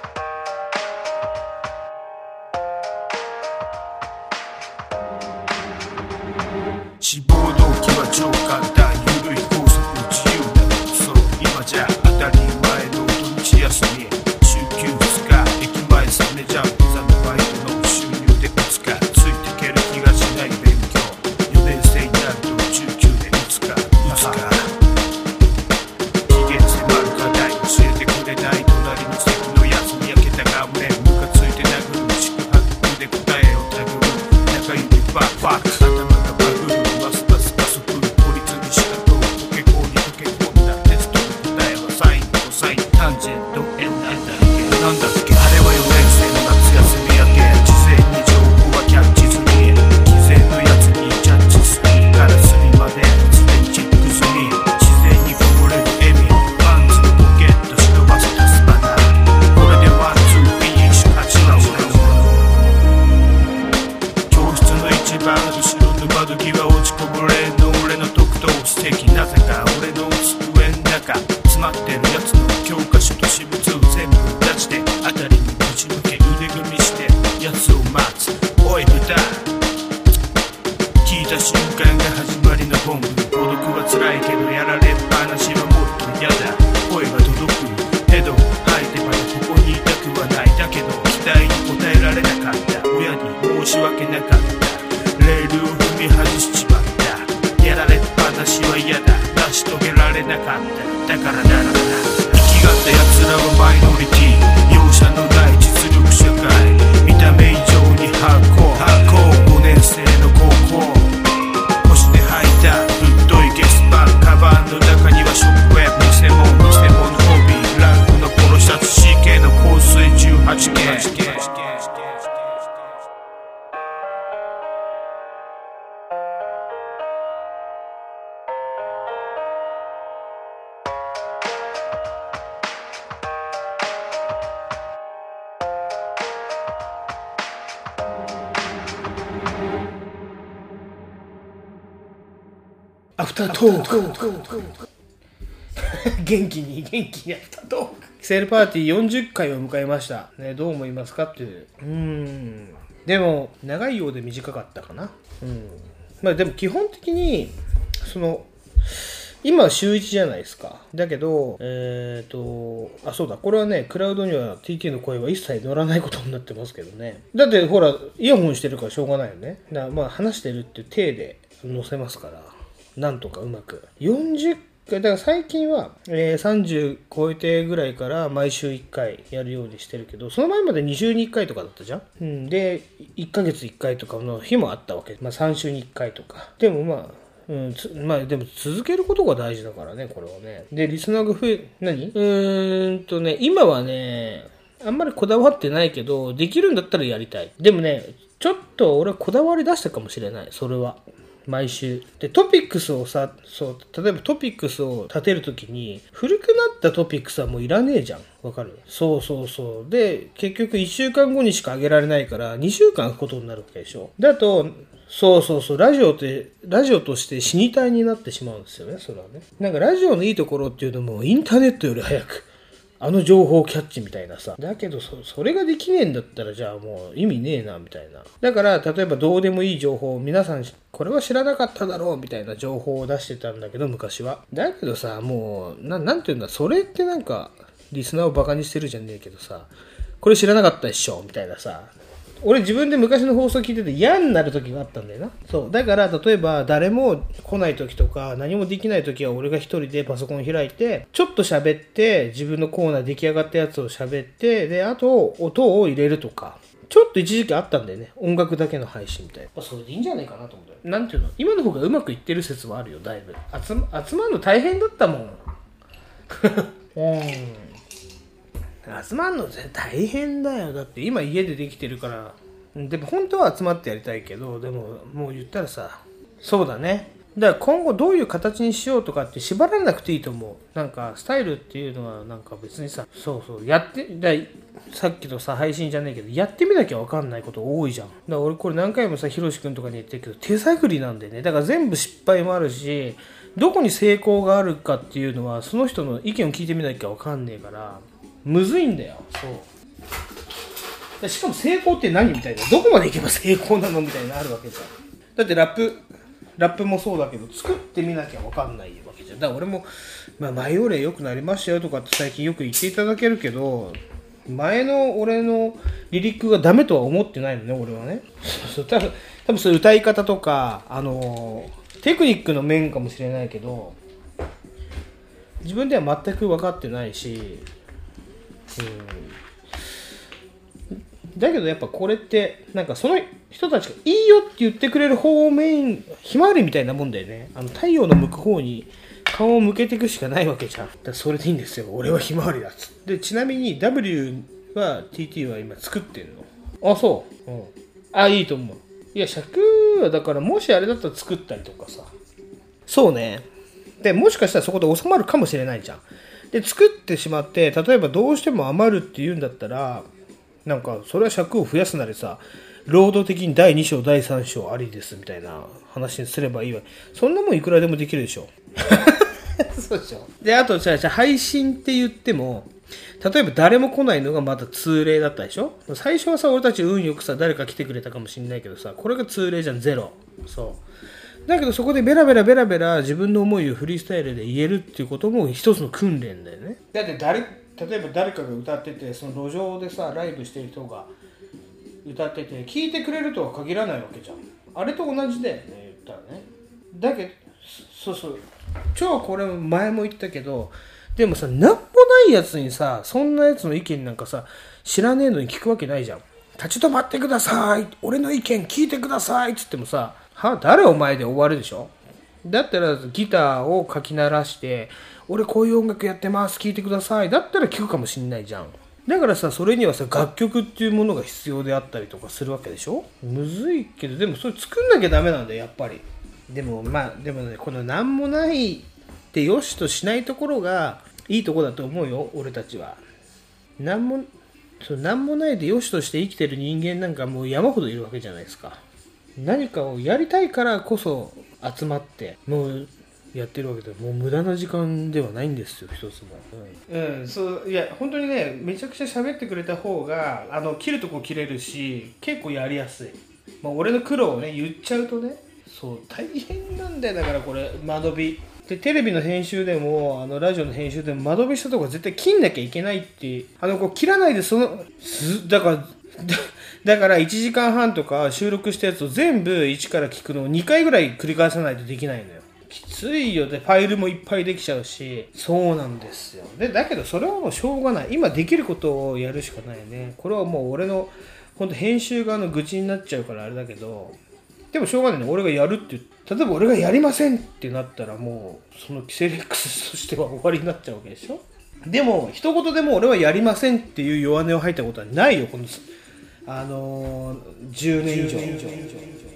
Speaker 14: "志望動機は超簡単、緩い高速自由だ。そう、今じゃ当たり前の土日休み。週休ふつか、駅前サメジャンプザのバイトの収入でおつかついてける気がしない勉強。よねん生になると中級孤独は辛いけどやられっぱなしはもっと嫌だ。声が届くけど吐いてまだここにいたくはない。だけど期待に応えられなかった。親に申し訳なかった。レールを踏み外しちまった。やられっぱなしは嫌だ。成し遂げられなかった。だからならな生きがった奴らはマイノリティ。容赦のない実力社会。見た目以上にハーコーごねん生の高校。腰で履いた太いゲスパン。カバンの中にはショックウェブ。偽物偽物ホビー。ランクのポロシャツ シーケー の香水じゅうはちけん。
Speaker 1: アフタートーク元気に元気にアフタートークセールパーティーよんじゅっかいを迎えました、ね、どう思いますかっていう。うーんでも長いようで短かったかな。うんまあでも基本的にその今は週いちじゃないですか。だけどえっとあそうだこれはねクラウドには ティーティー の声は一切乗らないことになってますけどね。だってほらイヤホンしてるからしょうがないよね。だからまあ話してるっていう体で載せますからなんとかうまくよんじゅっかいだから最近は、えー、さんじゅう超えてぐらいから毎週いっかいやるようにしてるけど、その前までに週にいっかいとかだったじゃん、うん、でいっかげついっかいとかの日もあったわけ、まあ、さん週にいっかいとかでもまあうん、つまあでも続けることが大事だからねこれはね。でリスナーが増え何うーんとね今はねあんまりこだわってないけどできるんだったらやりたい。でもねちょっと俺はこだわり出したかもしれない。それは毎週でトピックスをさそう例えばトピックスを立てるときに古くなったトピックスはもういらねえじゃん。わかる？そうそうそうで結局いっしゅうかんごにしか上げられないからにしゅうかん空くことになるわけでしょ。だとそうそうそうラジオってラジオとして死に体になってしまうんですよね。それはねなんかラジオのいいところっていうのもインターネットより早くあの情報キャッチみたいなさ。だけど そ, それができねえんだったらじゃあもう意味ねえなみたいな。だから例えばどうでもいい情報皆さんこれは知らなかっただろうみたいな情報を出してたんだけど昔は。だけどさもう な, なんていうんだそれってなんかリスナーをバカにしてるじゃねえけどさこれ知らなかったでしょみたいなさ。俺自分で昔の放送聞いてて嫌になる時があったんだよな。そうだから例えば誰も来ない時とか何もできない時は俺が一人でパソコン開いてちょっと喋って自分のコーナー出来上がったやつを喋ってであと音を入れるとかちょっと一時期あったんだよね。音楽だけの配信みたいな。それでいいんじゃないかなと思ってなんていうの今の方がうまくいってる説はあるよ。だいぶ集ま、集まるの大変だったもんうん集まるの大変だよ。だって今家でできてるからでも本当は集まってやりたいけどでももう言ったらさそうだねだから今後どういう形にしようとかって縛らなくていいと思う。なんかスタイルっていうのはなんか別にさそうそうやってださっきのさ配信じゃないけどやってみなきゃ分かんないこと多いじゃん。だから俺これ何回もさひろしくんとかに言ってるけど手探りなんでね。だから全部失敗もあるしどこに成功があるかっていうのはその人の意見を聞いてみなきゃ分かんねえからむずいんだよ。そうしかも成功って何みたいなどこまでいけば成功なのみたいなあるわけじゃん。だってラップラップもそうだけど作ってみなきゃ分かんないわけじゃん。だから俺も、まあ、前より良くなりましたよとかって最近よく言っていただけるけど前の俺のリリックがダメとは思ってないのね俺はね。そう多分多分そういう歌い方とかあのテクニックの面かもしれないけど自分では全く分かってないし、うん、だけどやっぱこれってなんかその人たちがいいよって言ってくれる方面ひまわりみたいなもんだよね。あの太陽の向く方に顔を向けていくしかないわけじゃん。だからそれでいいんですよ俺はひまわりだっつって。ちなみに W は ティーティー は今作ってんの。あそう、うん、あいいと思う。いや尺はだからもしあれだったら作ったりとかさそうねでもしかしたらそこで収まるかもしれないじゃん。で作ってしまって例えばどうしても余るっていうんだったらなんかそれは尺を増やすなりさ労働的にだいに章だいさん章ありですみたいな話にすればいいわ。そんなもんいくらでもできるでしょそうでしょ。であとじゃあじゃあ配信って言っても例えば誰も来ないのがまた通例だったでしょ。最初はさ俺たち運よくさ誰か来てくれたかもしれないけどさこれが通例じゃんゼロ。そうだけどそこでベラベラベラベラ自分の思いをフリースタイルで言えるっていうことも一つの訓練だよね。だって誰例えば誰かが歌ってて、その路上でさライブしてる人が歌ってて聞いてくれるとは限らないわけじゃん。あれと同じだよね、言ったらね。だけどそうそう超これ前も言ったけど、でもさ、なんもないやつにさ、そんなやつの意見なんかさ知らねえのに聞くわけないじゃん。立ち止まってください、俺の意見聞いてくださいっつってもさ、は誰お前で終わるでしょ。だったらギターをかき鳴らして、俺こういう音楽やってます聞いてくださいだったら聞くかもしんないじゃん。だからさ、それにはさ楽曲っていうものが必要であったりとかするわけでしょ。むずいけど、でもそれ作んなきゃダメなんだよやっぱり。でもまあでもね、このなんもないってよしとしないところがいいとこだと思うよ。俺たちはなんもそうなんもないでよしとして生きてる人間なんかもう山ほどいるわけじゃないですか。何かをやりたいからこそ集まってもうやってるわけで、もう無駄な時間ではないんですよ一つも。うん、うん、そういや本当にね、めちゃくちゃ喋ってくれた方があの切るとこ切れるし結構やりやすい。まあ、俺の苦労をね言っちゃうとね、そう大変なんだよ。だからこれ間延びでテレビの編集でもあのラジオの編集でも間延びしたとこ絶対切んなきゃいけないって、あのこう切らないでそのだからだからいちじかんはんとか収録したやつを全部一から聞くのをにかいぐらい繰り返さないとできないのよ。きついよ。でファイルもいっぱいできちゃうし。そうなんですよ。でだけどそれはもうしょうがない。今できることをやるしかないね。これはもう俺の本当編集側の愚痴になっちゃうからあれだけど、でもしょうがないね。俺がやるって、例えば俺がやりませんってなったらもうそのキセレックスとしては終わりになっちゃうわけでしょ。でも一言でも俺はやりませんっていう弱音を吐いたことはないよ、このあのー、じゅうねん以上。